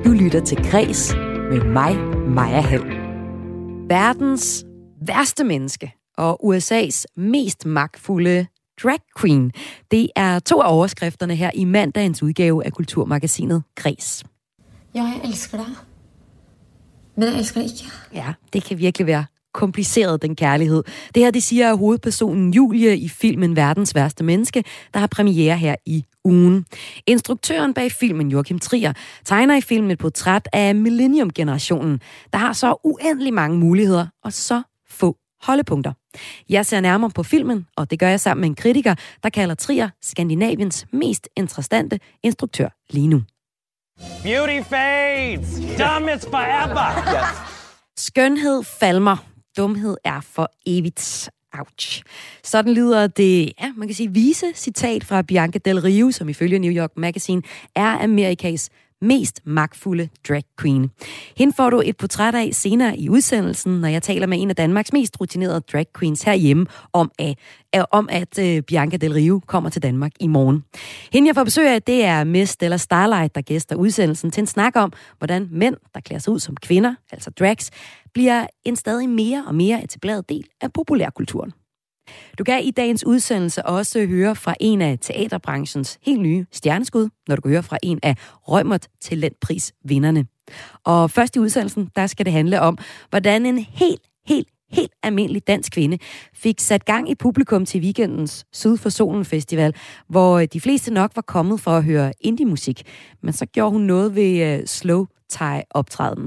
Du lytter til Kres med mig, Maja Hall. Verdens værste menneske og USA's mest magtfulde drag queen. Det er 2 af overskrifterne her i mandagens udgave af kulturmagasinet Kres. Ja, jeg elsker dig. Men jeg elsker dig ikke. Ja, det kan virkelig være kompliceret, den kærlighed. Det her, det siger hovedpersonen Julie i filmen Verdens værste menneske, der har premiere her i ugen. Instruktøren bag filmen, Joachim Trier, tegner i filmen et portræt af millennium-generationen, der har så uendelig mange muligheder og så få holdepunkter. Jeg ser nærmere på filmen, og det gør jeg sammen med en kritiker, der kalder Trier Skandinaviens mest interessante instruktør lige nu. Beauty fades. Dumb is forever. Skønhed falmer. Dumhed er for evigt. Ouch. Sådan lyder det, ja, man kan sige, vise citat fra Bianca Del Rio, som ifølge New York Magazine er Amerikas mest magtfulde drag queen. Hende får du et portræt af senere i udsendelsen, når jeg taler med en af Danmarks mest rutinerede drag queens herhjemme om at Bianca Del Rio kommer til Danmark i morgen. Hende jeg får besøg af, det er Miss Stella Starlight, der gæster udsendelsen til en snak om, hvordan mænd, der klæder sig ud som kvinder, altså drags, bliver en stadig mere og mere etableret del af populærkulturen. Du kan i dagens udsendelse også høre fra en af teaterbranchens helt nye stjerneskud, når du kan høre fra en af Reumert Talentpris-vinderne. Og først i udsendelsen, der skal det handle om, hvordan en helt almindelig dansk kvinde fik sat gang i publikum til weekendens Syd for Solen Festival, hvor de fleste nok var kommet for at høre indie-musik, men så gjorde hun noget ved slow-tie-optræden.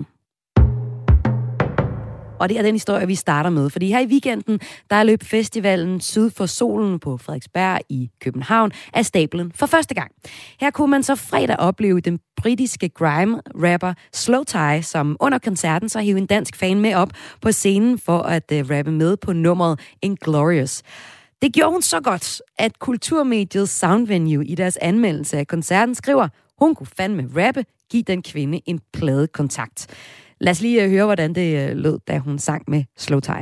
Og det er den historie, vi starter med. Fordi her i weekenden, der løb festivalen Syd for Solen på Frederiksberg i København af stablen for første gang. Her kunne man så fredag opleve den britiske grime-rapper Slowthai, som under koncerten så hiv en dansk fan med op på scenen for at rappe med på nummeret Inglorious. Det gjorde hun så godt, at kulturmediet Soundvenue i deres anmeldelse af koncerten skriver, hun kunne fandme rappe, give den kvinde en pladekontakt. Lad os lige høre, hvordan det lød, da hun sang med Slowthai.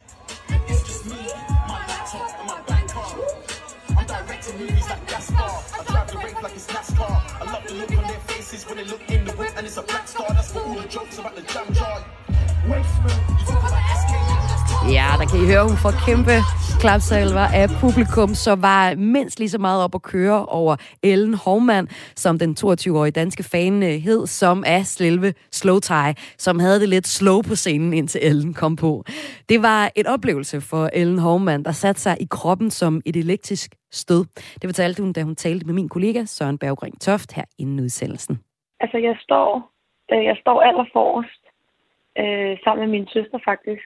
Ja, der kan I høre, hun får kæmpe klapsalver af publikum, så var mindst lige så meget op at køre over Ellen Hovmand, som den 22-årige danske fan hed, som er selve Slowthai, som havde det lidt slow på scenen, indtil Ellen kom på. Det var et oplevelse for Ellen Hovmand, der satte sig i kroppen som et elektrisk stød. Det fortalte hun, da hun talte med min kollega Søren Berggring Toft her inden udsendelsen. Altså, jeg står allerforrest sammen med min søster faktisk.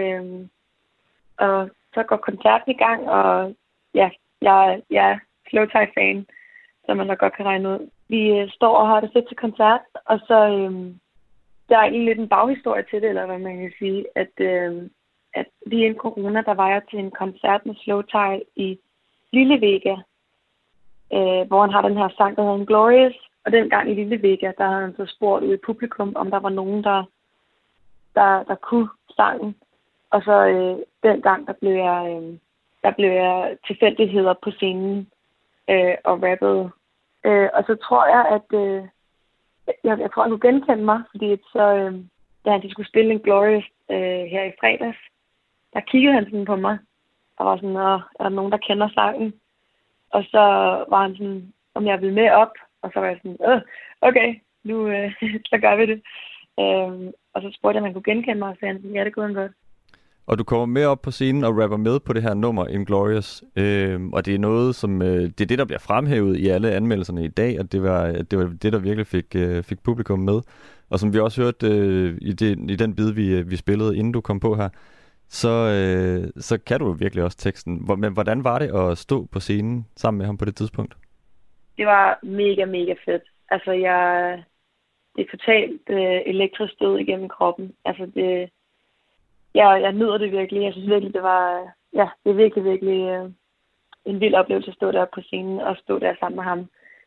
Og så går koncerten i gang, og ja, jeg er Slowthai-fan, som man nok godt kan regne ud. Vi står og har det fedt til koncert, og så der er egentlig lidt en baghistorie til det, eller hvad man kan sige, at lige inden corona, der var jeg til en koncert med Slowthai i Lille Vega, hvor han har den her sang, der hedder Inglorious, og dengang i Lille Vega, der havde han så spurgt ud i publikum, om der var nogen, der kunne sangen. Og så dengang, der blev jeg tilfældigheder på scenen og rappede. Og så tror jeg, at jeg tror, han kunne genkende mig, fordi så, da de skulle spille Inglorious her i fredags, der kiggede han sådan på mig og var sådan, er der nogen, der kender sangen? Og så var han sådan, om jeg ville med op, og så var jeg sådan, okay, nu så gør vi det. Og så spurgte jeg, om han kunne genkende mig, og så sagde han sådan, ja, det kunne han godt. Og du kommer med op på scenen og rapper med på det her nummer Inglorious, og det er noget, som det er det, der bliver fremhævet i alle anmeldelserne i dag, og det var det, der virkelig fik publikum med. Og som vi også hørte i den bid, vi spillede, inden du kom på her, så kan du virkelig også teksten. Men hvordan var det at stå på scenen sammen med ham på det tidspunkt? Det var mega, mega fedt. Altså, det er totalt elektrisk stød igennem kroppen. Altså, jeg nyder det virkelig. Jeg synes virkelig, det er virkelig en vild oplevelse at stå der på scenen og stå der sammen med ham.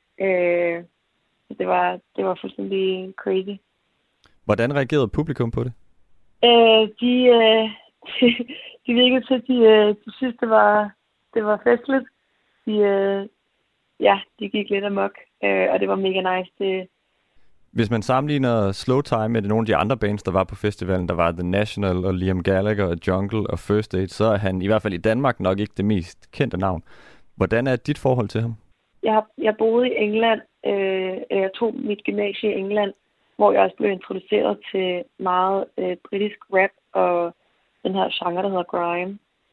Det var fuldstændig crazy. Hvordan reagerede publikum på det? De virkede til, de synes, det var festligt. De gik lidt amok, og det var mega nice. Hvis man sammenligner Slow Time med nogle af de andre bands, der var på festivalen, der var The National og Liam Gallagher og Jungle og First Aid, så er han i hvert fald i Danmark nok ikke det mest kendte navn. Hvordan er dit forhold til ham? Jeg boede i England. Jeg tog mit gymnasie i England, hvor jeg også blev introduceret til meget britisk rap og den her genre, der hedder grime.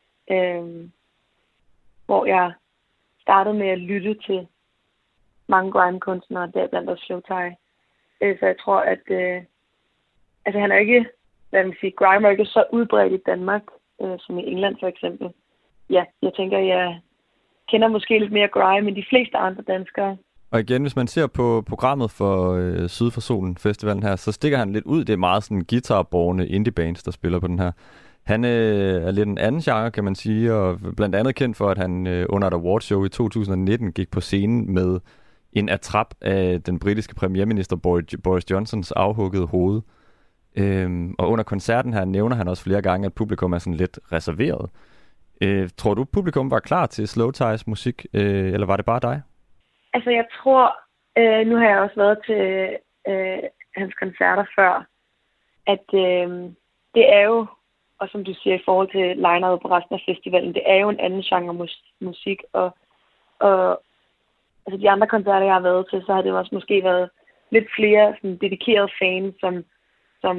Hvor jeg startede med at lytte til mange grime-kunstnere, deriblandt også Slow Tie. Så jeg tror, at han er ikke, grime er ikke så udbredt i Danmark, som i England for eksempel. Ja, jeg tænker, jeg kender måske lidt mere grime end de fleste andre danskere. Og igen, hvis man ser på programmet for Syd for Solen festivalen her, så stikker han lidt ud. Det er meget sådan guitar-borgende indie-bands, der spiller på den her. Han er lidt en anden genre, kan man sige, og blandt andet kendt for, at han under et awardshow i 2019 gik på scenen med en attrap af den britiske premierminister Boris Johnsons afhuggede hoved. Og under koncerten her nævner han også flere gange, at publikum er sådan lidt reserveret. Tror du, publikum var klar til Slow Ties musik, eller var det bare dig? Altså, jeg tror, nu har jeg også været til hans koncerter før, at det er jo, og som du siger i forhold til line-up på resten af festivalen, det er jo en anden genre musik, og altså de andre koncerter, jeg har været til, så har det også måske været lidt flere sådan, dedikerede fans, som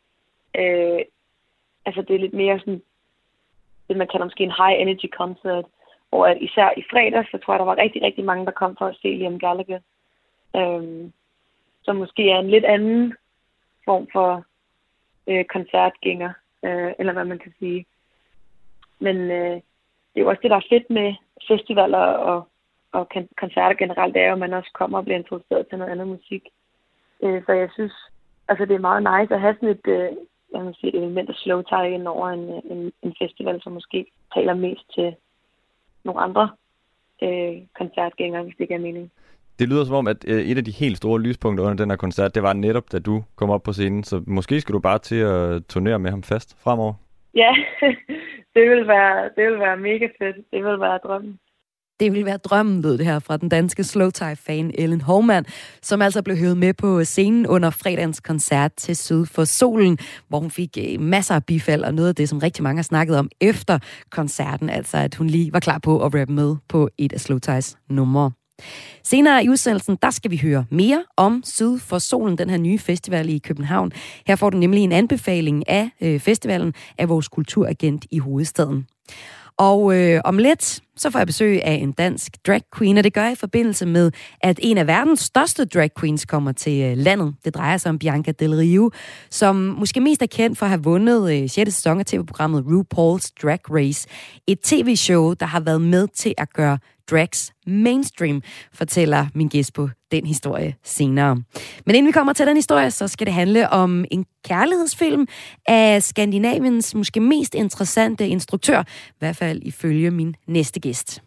altså det er lidt mere sådan, det man kalder måske en high energy concert, hvor at især i fredags, så tror jeg, der var rigtig, rigtig mange, der kom for at se Liam Gallagher, som måske er en lidt anden form for koncertgænger, eller hvad man kan sige. Men det er jo også det, der er fedt med festivaler og koncerter generelt, det er jo, at man også kommer og bliver introduceret til noget andet musik. Så jeg synes, altså det er meget nice at have sådan et element af slow tie ind over en festival, som måske taler mest til nogle andre koncertgængere, hvis det ikke er mening. Det lyder som om, at et af de helt store lyspunkter under den her koncert, det var netop, da du kom op på scenen, så måske skal du bare til at turnere med ham fast fremover. Ja, det vil være mega fedt. Det vil være drømmen. Det ville være drømmen, lød det her fra den danske Slow Tie-fan Ellen Hovmand, som altså blev høvet med på scenen under fredagens koncert til Syd for Solen, hvor hun fik masser af bifald og noget af det, som rigtig mange har snakket om efter koncerten, altså at hun lige var klar på at rappe med på et af Slow Ties numre. Senere i udsendelsen, der skal vi høre mere om Syd for Solen, den her nye festival i København. Her får du nemlig en anbefaling af festivalen af vores kulturagent i hovedstaden. Og om lidt, så får jeg besøg af en dansk drag queen, og det gør jeg i forbindelse med, at en af verdens største drag queens kommer til landet. Det drejer sig om Bianca Del Rio, som måske mest er kendt for at have vundet 6. sæson af tv-programmet RuPaul's Drag Race. Et tv-show, der har været med til at gøre drags mainstream, fortæller min gæst på den historie senere. Men inden vi kommer til den historie, så skal det handle om en kærlighedsfilm af Skandinaviens måske mest interessante instruktør, i hvert fald ifølge min næste gæst.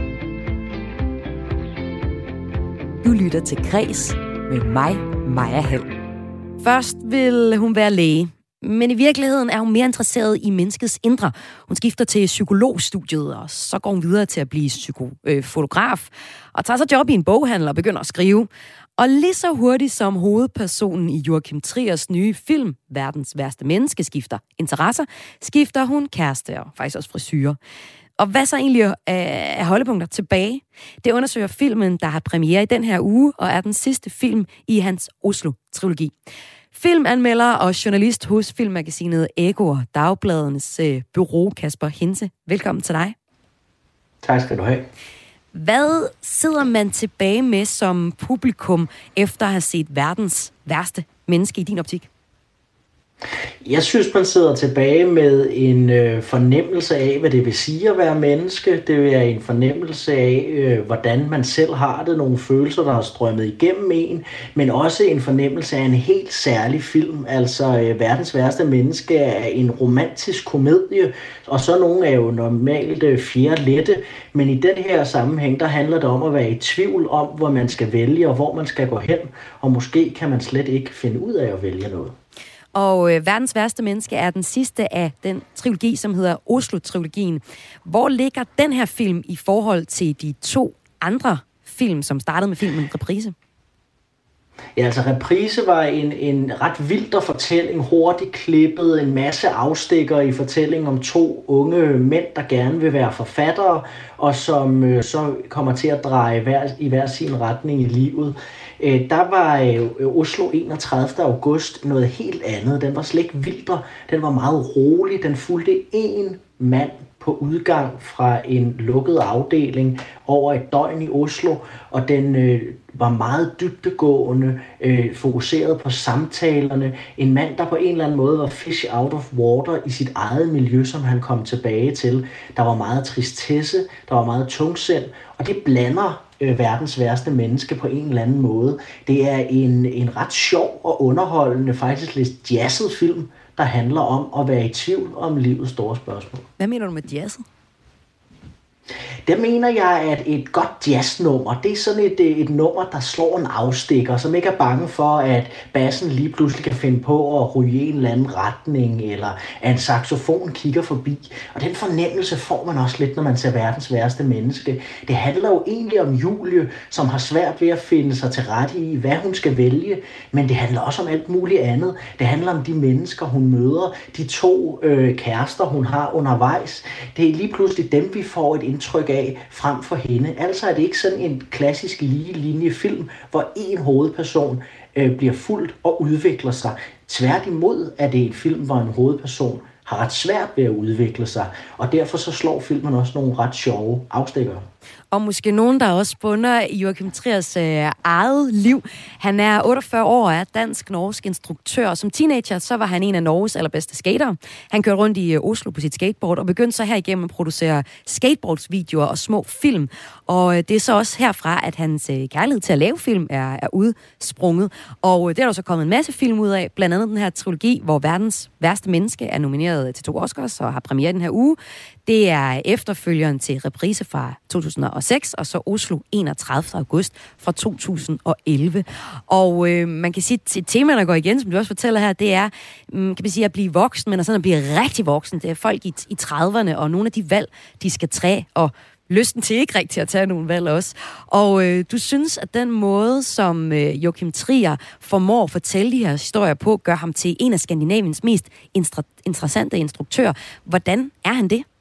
Du lytter til Græs med mig, Maja Hall. Først vil hun være læge, men i virkeligheden er hun mere interesseret i menneskets indre. Hun skifter til psykologstudiet, og så går hun videre til at blive fotograf, og tager så job i en boghandel og begynder at skrive. Og lige så hurtigt som hovedpersonen i Joachim Triers nye film, Verdens værste menneske, skifter interesser, skifter hun kæreste og faktisk også frisyrer. Og hvad så egentlig er holdepunkter tilbage? Det undersøger filmen, der har premiere i den her uge, og er den sidste film i hans Oslo-trilogi. Filmanmelder og journalist hos filmmagasinet Ego og Dagbladenes bureau, Kasper Hinse. Velkommen til dig. Tak skal du have. Hvad sidder man tilbage med som publikum, efter at have set Verdens værste menneske i din optik? Jeg synes, man sidder tilbage med en fornemmelse af, hvad det vil sige at være menneske. Det er en fornemmelse af, hvordan man selv har det, nogle følelser, der har strømmet igennem en, men også en fornemmelse af en helt særlig film. Altså, Verdens værste menneske er en romantisk komedie, og så nogle er jo normalt fjerde lette, men i den her sammenhæng, der handler det om at være i tvivl om, hvor man skal vælge og hvor man skal gå hen, og måske kan man slet ikke finde ud af at vælge noget. Og Verdens værste menneske er den sidste af den trilogi, som hedder Oslo-trilogien. Hvor ligger den her film i forhold til de 2 andre film, som startede med filmen Reprise? Ja, altså Reprise var en ret vild fortælling, hurtigt klippet, en masse afstikker i fortællingen om 2 unge mænd, der gerne vil være forfattere, og som så kommer til at dreje i hver sin retning i livet. Der var Oslo 31. august noget helt andet. Den var slet ikke vildere. Den var meget rolig. Den fulgte en mand på udgang fra en lukket afdeling over et døgn i Oslo, og den var meget dybdegående, fokuseret på samtalerne. En mand, der på en eller anden måde var fish out of water i sit eget miljø, som han kom tilbage til. Der var meget tristesse, der var meget tungsind, og det blander verdens værste menneske på en eller anden måde. Det er en ret sjov og underholdende, faktisk lidt jazzet film, der handler om at være i tvivl om livets store spørgsmål. Hvad mener du med jazzet? Der mener jeg, at et godt jazznummer, det er sådan et nummer, der slår en afstikker, som ikke er bange for, at bassen lige pludselig kan finde på at ryge i en eller anden retning, eller at en saxofon kigger forbi. Og den fornemmelse får man også lidt, når man ser verdens værste menneske. Det handler jo egentlig om Julie, som har svært ved at finde sig til rette i, hvad hun skal vælge, men det handler også om alt muligt andet. Det handler om de mennesker, hun møder, de 2 kærester, hun har undervejs. Det er lige pludselig dem, vi får et indtryk af frem for hende. Altså er det ikke sådan en klassisk lige linjefilm, hvor en hovedperson bliver fuldt og udvikler sig. Tværtimod er det en film, hvor en hovedperson har ret svært ved at udvikle sig, og derfor så slår filmen også nogle ret sjove afstikkere. Og måske nogen, der også bunder i Joachim Triers eget liv. Han er 48 år og er dansk-norsk instruktør. Som teenager, så var han en af Norges allerbedste skatere. Han kørte rundt i Oslo på sit skateboard og begyndte så herigennem at producere skateboardsvideoer og små film. Og det er så også herfra, at hans kærlighed til at lave film er udsprunget. Og det er der så kommet en masse film ud af, blandt andet den her trilogi, hvor verdens værste menneske er nomineret til 2 Oscars og har premiere den her uge. Det er efterfølgeren til Reprise fra 2006, og så Oslo 31. august fra 2011. Og man kan sige, at et tema, der går igen, som du også fortæller her, det er, kan man sige, at blive voksen, men sådan at blive rigtig voksen. Det er folk i 30'erne, og nogle af de valg, de skal tage, og lysten til ikke rigtig at tage nogle valg også. Og du synes, at den måde, som Joachim Trier formår at fortælle de her historier på, gør ham til en af Skandinaviens mest interessante instruktører. Hvordan er han det?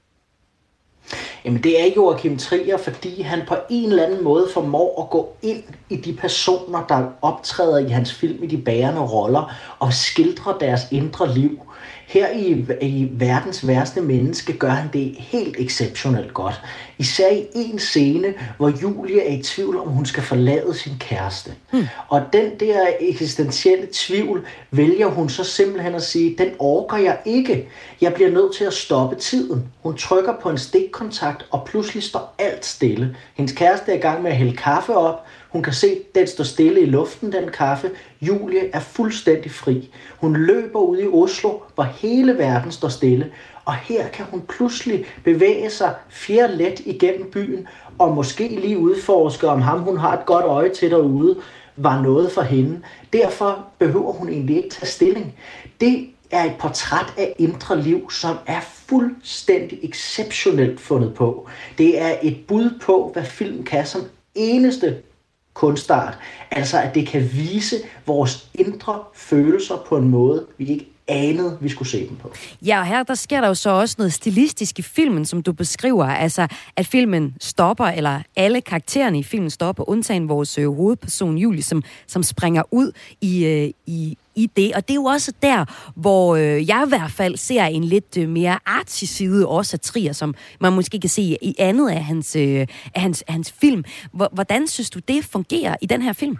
Jamen det er Joachim Trier, fordi han på en eller anden måde formår at gå ind i de personer, der optræder i hans film i de bærende roller, og skildre deres indre liv. Her i verdens værste menneske gør han det helt exceptionelt godt. Især i en scene, hvor Julie er i tvivl, om hun skal forlade sin kæreste. Og den der eksistentielle tvivl vælger hun så simpelthen at sige, den orker jeg ikke. Jeg bliver nødt til at stoppe tiden. Hun trykker på en stikkontakt, og pludselig står alt stille. Hendes kæreste er i gang med at hælde kaffe op. Hun kan se, at den står stille i luften, den kaffe. Julie er fuldstændig fri. Hun løber ud i Oslo, hvor hele verden står stille. Og her kan hun pludselig bevæge sig fjerlet igennem byen, og måske lige udforske, om ham, hun har et godt øje til derude, var noget for hende. Derfor behøver hun egentlig ikke tage stilling. Det er et portræt af indre liv, som er fuldstændig exceptionelt fundet på. Det er et bud på, hvad film kan som eneste kunstart. Altså, at det kan vise vores indre følelser på en måde, vi ikke anede, vi skulle se dem på. Ja, og her der sker der jo så også noget stilistisk i filmen, som du beskriver. Altså, at filmen stopper, eller alle karaktererne i filmen stopper, undtagen vores hovedperson Julie, som springer ud i det. Og det er jo også der, hvor jeg i hvert fald ser en lidt mere artsy side også af Trier, som man måske kan se i andet af hans film. Hvordan synes du, det fungerer i den her film?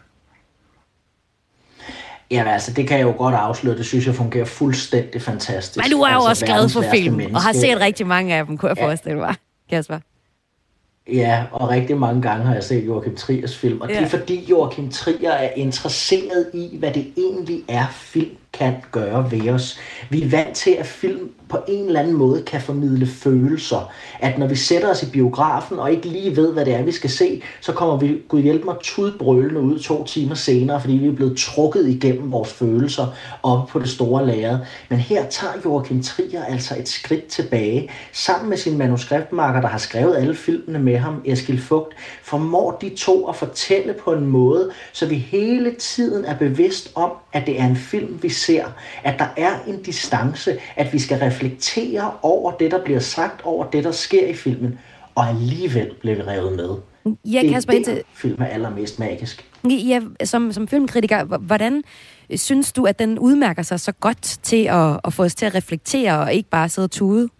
Jamen altså, det kan jeg jo godt afsløre. Det synes jeg fungerer fuldstændig fantastisk. Men du er jo altså, også glad for film, menneske. og har set rigtig mange af dem, kunne jeg forestille mig, Kasper. Ja, og rigtig mange gange har jeg set Joachim Triers film, og det er fordi Joachim Trier er interesseret i, hvad det egentlig er, film kan gøre ved os. Vi er vant til, at film på en eller anden måde kan formidle følelser. At når vi sætter os i biografen og ikke lige ved, hvad det er, vi skal se, så kommer vi, Gud hjælpe mig, tudbrølende ud 2 timer senere, fordi vi er blevet trukket igennem vores følelser op på det store lærred. Men her tager Joachim Trier altså et skridt tilbage. Sammen med sin manuskriptmakker, der har skrevet alle filmene med ham, Eskil Vogt, formår de to at fortælle på en måde, så vi hele tiden er bevidst om, at det er en film, vi ser. At der er en distance, at vi skal reflektere over det, der bliver sagt, over det, der sker i filmen, og alligevel bliver vi revet med. Ja, det Kasper, er det, film er allermest magisk. Ja, som filmkritiker, hvordan synes du, at den udmærker sig så godt til at få os til at reflektere, og ikke bare sidde og tude?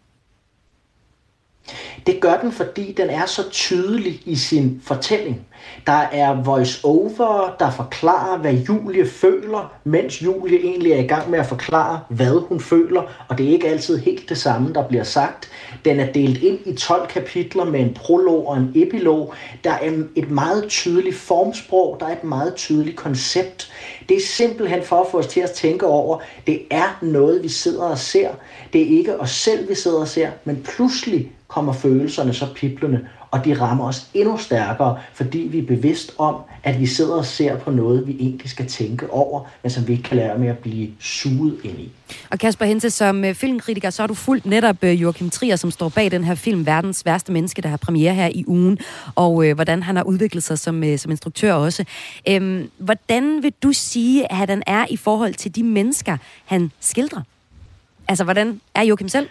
Det gør den, fordi den er så tydelig i sin fortælling. Der er voice-over, der forklarer, hvad Julie føler, mens Julie egentlig er i gang med at forklare, hvad hun føler, og det er ikke altid helt det samme, der bliver sagt. Den er delt ind i 12 kapitler med en prolog og en epilog. Der er et meget tydeligt formsprog, der er et meget tydeligt koncept. Det er simpelthen for at få os til at tænke over, det er noget, vi sidder og ser. Det er ikke os selv, vi sidder og ser, men pludselig kommer følelserne så piblende, og de rammer os endnu stærkere, fordi vi er bevidst om, at vi sidder og ser på noget, vi egentlig skal tænke over, men som vi ikke kan lære med at blive suget ind i. Og Kasper Hense, som filmkritiker, så har du fulgt netop Joachim Trier, som står bag den her film, Verdens værste menneske, der har premiere her i ugen, og hvordan han har udviklet sig som instruktør også. Hvordan vil du sige, at han er i forhold til de mennesker, han skildrer? Altså, hvordan er Joachim selv?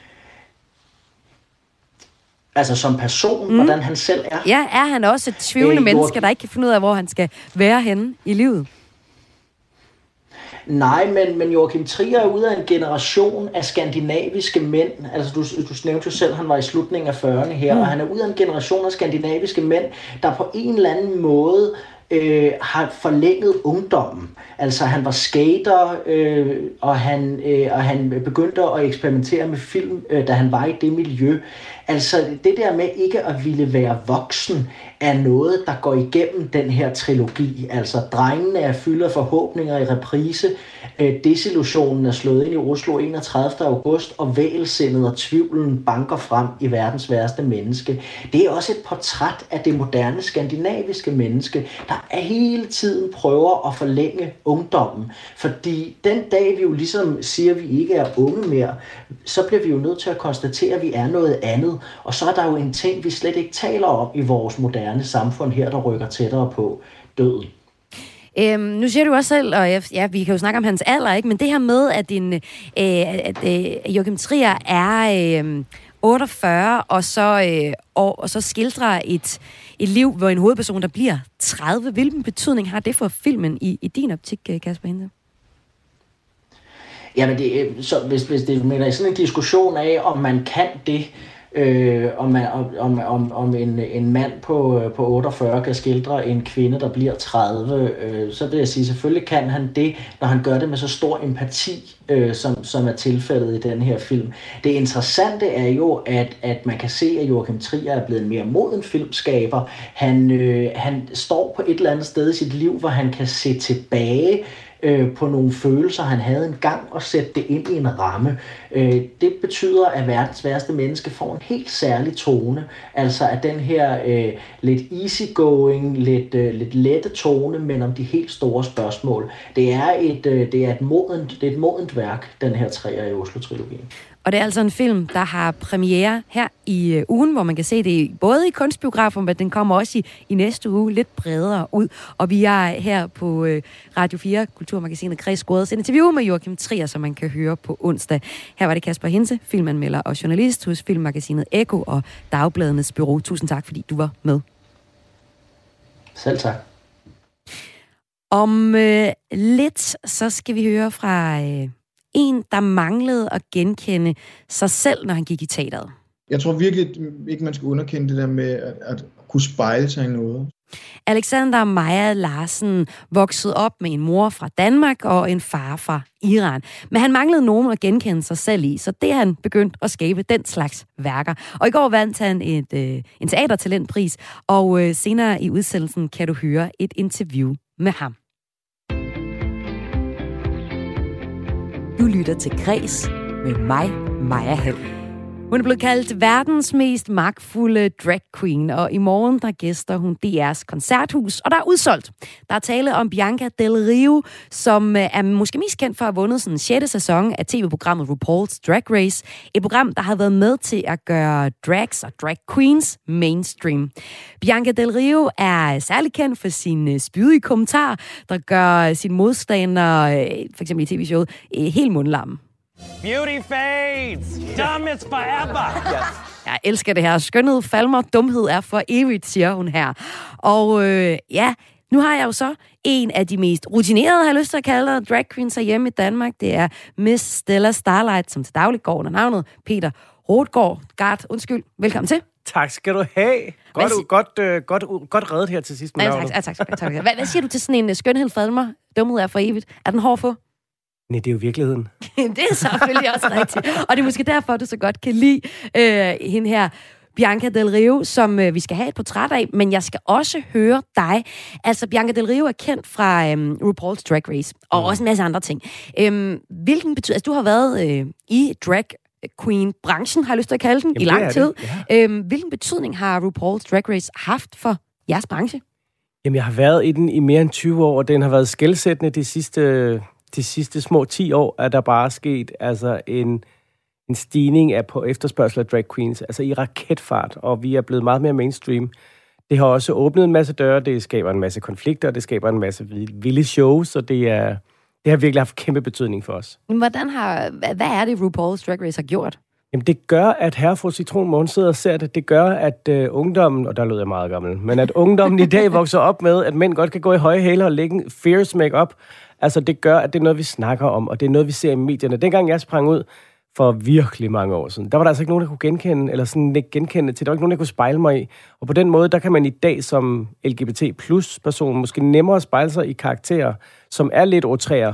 Altså som person, hvordan han selv er. Ja, er han også et tvivlende menneske, der ikke kan finde ud af, hvor han skal være henne i livet? Nej, men Joachim Trier er ude af en generation af skandinaviske mænd. Altså du nævnte jo selv, at han var i slutningen af 40'erne her, og han er ude af en generation af skandinaviske mænd, der på en eller anden måde har forlænget ungdommen. Altså han var skater, og han begyndte at eksperimentere med film, da han var i det miljø. Altså det der med ikke at ville være voksen, er noget, der går igennem den her trilogi. Altså drengene er fyldt af forhåbninger i reprise, desillusionen er slået ind i Oslo 31. august, og vægelsindet og tvivlen banker frem i Verdens værste menneske. Det er også et portræt af det moderne skandinaviske menneske, der hele tiden prøver at forlænge ungdommen. Fordi den dag, vi jo ligesom siger, at vi ikke er unge mere, så bliver vi jo nødt til at konstatere, at vi er noget andet. Og så er der jo en ting, vi slet ikke taler om i vores moderne samfund her, der rykker tættere på: døden. Nu siger du også selv, og ja, vi kan jo snakke om hans alder, ikke? Men det her med, at Joachim Trier er 48, og så skildrer et liv, hvor en hovedperson, der bliver 30. Hvilken betydning har det for filmen i din optik, Kasper Hense? Jamen, så hvis det mener sådan en diskussion af, om man kan det, om en mand på 48 kan skildre en kvinde, der bliver 30, så vil jeg sige, selvfølgelig kan han det, når han gør det med så stor empati, som er tilfældet i den her film. Det interessante er jo, at man kan se, at Joachim Trier er blevet en mere moden filmskaber. Han står på et eller andet sted i sit liv, hvor han kan se tilbage på nogle følelser, han havde engang, og sætte det ind i en ramme. Det betyder, at Verdens værste menneske får en helt særlig tone. Altså at den her lidt easygoing, lidt lette tone, men om de helt store spørgsmål. Det er et modent værk, den her Trier i Oslo-trilogien. Og det er altså en film, der har premiere her i ugen, hvor man kan se det både i kunstbiografen, men den kommer også i næste uge lidt bredere ud. Og vi er her på Radio 4, Kulturmagasinet Kreds Gårdes interview med Joachim Trier, som man kan høre på onsdag. Her var det Kasper Hense, filmanmelder og journalist hos filmmagasinet Ekko og Dagbladenes Bureau. Tusind tak, fordi du var med. Selv tak. Om lidt, så skal vi høre fra en, der manglede at genkende sig selv, når han gik i teateret. Jeg tror virkelig ikke, man skal underkende det der med at kunne spejle sig i noget. Alexander Meyer Larsen voksede op med en mor fra Danmark og en far fra Iran. Men han manglede nogen at genkende sig selv i, så det har han begyndt at skabe den slags værker. Og i går vandt han en teatertalentpris, og senere i udsendelsen kan du høre et interview med ham. Du lytter til Græs med mig, Maja Hall. Hun er blevet kaldt verdens mest magtfulde drag queen, og i morgen der gæster hun DR's koncerthus, og der er udsolgt. Der er tale om Bianca Del Rio, som er måske mest kendt for at have vundet sådan 6. sæson af tv-programmet RuPaul's Drag Race. Et program, der har været med til at gøre drags og drag queens mainstream. Bianca Del Rio er særlig kendt for sine spydige kommentarer, der gør sine modstandere, for eksempel i tv-showet, helt mundlamme. Beauty fades. Dumb is forever. Jeg elsker det her. Skønhed falmer, dumhed er for evigt, siger hun her. Og nu har jeg jo så en af de mest rutinerede, har jeg lyst til at kalde det, drag queens herhjemme i Danmark. Det er Miss Stella Starlight, som til daglig går under navnet Peter Rothgaard. Undskyld, velkommen til. Tak skal du have. Godt reddet her til sidst med navnet. Tak. Hvad siger du til sådan en skønhed falmer, dumhed er for evigt? Er den hård for? Nej, det er jo virkeligheden. Det er selvfølgelig også rigtigt. Og det er måske derfor, du så godt kan lide hende her, Bianca Del Rio, som vi skal have et portræt af, men jeg skal også høre dig. Altså, Bianca Del Rio er kendt fra RuPaul's Drag Race, og også en masse andre ting. Hvilken betydning... Altså, du har været i drag queen-branchen, har jeg lyst til at kalde den, i lang tid. Ja. Hvilken betydning har RuPaul's Drag Race haft for jeres branche? Jamen, jeg har været i den i mere end 20 år, og den har været skelsættende de sidste små 10 år, er der bare sket altså en stigning på efterspørgsel af drag queens, altså i raketfart, og vi er blevet meget mere mainstream. Det har også åbnet en masse døre, det skaber en masse konflikter, det skaber en masse vilde shows, og det har virkelig haft kæmpe betydning for os. Hvad er det, RuPaul's Drag Race har gjort? Jamen, det gør, at herre fru Citron Morgen sidder og ser det. Det gør, at ungdommen, og der lød jeg meget gammel, men at ungdommen i dag vokser op med, at mænd godt kan gå i høje hæle og lægge en fierce make-up. Altså, det gør, at det er noget, vi snakker om, og det er noget, vi ser i medierne. Dengang jeg sprang ud for virkelig mange år siden, der var der altså ikke nogen, der kunne genkende, eller sådan ikke genkende til. Der var ikke nogen, der kunne spejle mig i. Og på den måde, der kan man i dag som LGBT+-person måske nemmere spejle sig i karakterer, som er lidt outræer,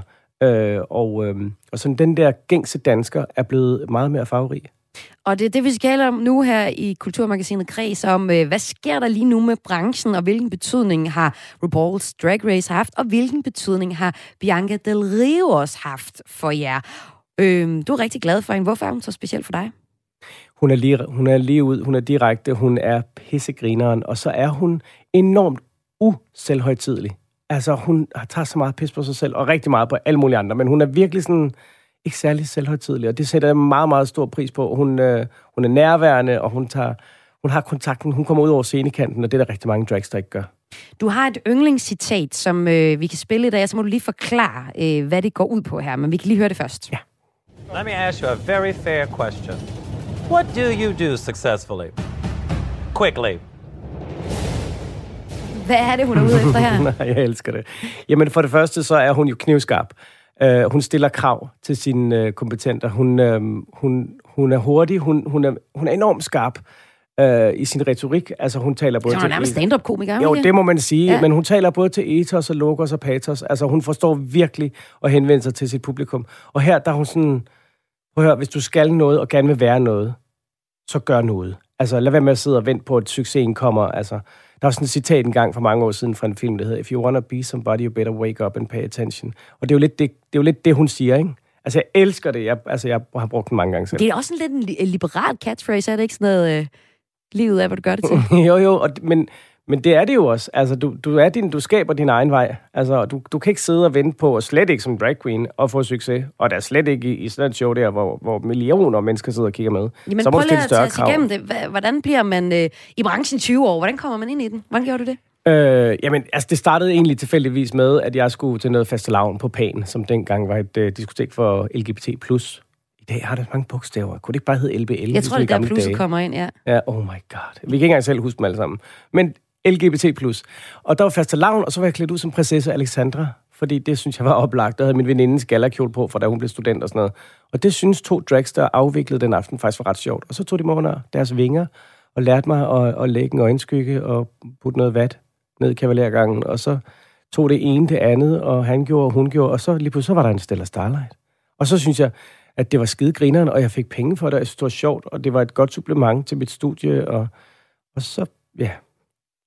og sådan den der gængse dansker er blevet meget mere farverig. Og det er det, vi skal tale om nu her i Kulturmagasinet Græs, om hvad sker der lige nu med branchen, og hvilken betydning har RuPaul's Drag Race haft, og hvilken betydning har Bianca Del Rio også haft for jer. Du er rigtig glad for hende. Hvorfor er hun så speciel for dig? Hun er lige ud, hun er direkte, hun er pissegrineren, og så er hun enormt uselvhøjtidelig. Altså, hun tager så meget pis på sig selv, og rigtig meget på alle mulige andre, men hun er virkelig sådan ikke særlig selvhøjtidelig, og det sætter jeg meget, meget stor pris på. Hun er nærværende, og hun har kontakten, hun kommer ud over scenekanten, og det er der rigtig mange drags, der ikke gør. Du har et yndlingscitat, som vi kan spille i dag, så må du lige forklare, hvad det går ud på her, men vi kan lige høre det først. Ja. Let me ask you a very fair question. What do you do successfully? Quickly. Hvad er det, hun er ude efter her? Nej, jeg elsker det. Jamen, for det første, så er hun jo knivskarp. Hun stiller krav til sine kompetenter. Hun er hurtig. Hun er enormt skarp i sin retorik. Altså, hun taler både til... Hun er nærmest stand-up-komiker. Jo, det må man sige. Ja. Men hun taler både til ethos og logos og pathos. Altså, hun forstår virkelig at henvende sig til sit publikum. Og her, der er hun sådan... Prøv at høre, hvis du skal noget og gerne vil være noget, så gør noget. Altså, lad være med at sidde og vente på, at succesen kommer. Altså, der var sådan et citat engang for mange år siden fra en film, der hedder If you wanna be somebody, you better wake up and pay attention. Og det er jo lidt det, hun siger, ikke? Altså, jeg elsker det. Jeg har brugt den mange gange selv. Det er også lidt en liberal catchphrase, er det ikke sådan noget livet af, hvad du gør det til? jo, men det er det jo også. Altså, du skaber din egen vej. Altså, du kan ikke sidde og vente på, og slet ikke som drag queen, og få succes. Og der er slet ikke i sådan et show der, hvor millioner af mennesker sidder og kigger med. Jamen, så må du stille større krav. Igennem det. Hvordan bliver man i branchen 20 år? Hvordan kommer man ind i den? Hvordan gjorde du det? Jamen, altså, det startede egentlig tilfældigvis med, at jeg skulle til noget fastelavn på Pan, som dengang var et diskotek for LGBT+. I dag har det mange bogstaver. Kunne det ikke bare hedde LBL? Jeg tror, det der plusset kommer ind, ja. Ja, oh my god. Vi kan ikke engang selv huske dem alle sammen. Men LGBT+. Og der var fastelavn, og så var jeg klædt ud som prinsesse Alexandra, fordi det synes jeg var oplagt. Der havde min veninde gallerkjole på, for da hun blev student og sådan noget. Og det synes 2 drags, der afviklede den aften, faktisk var ret sjovt. Og så tog de mig under deres vinger og lærte mig at lægge en øjenskygge og putte noget vat ned i kavalergangen. Og så tog det ene det andet, og han gjorde, og hun gjorde, og så lige pludselig så var der en Stella Starlight. Og så synes jeg, at det var skide grineren, og jeg fik penge for det, og jeg synes, det var sjovt, og det var et godt supplement til mit studie, og så, ja,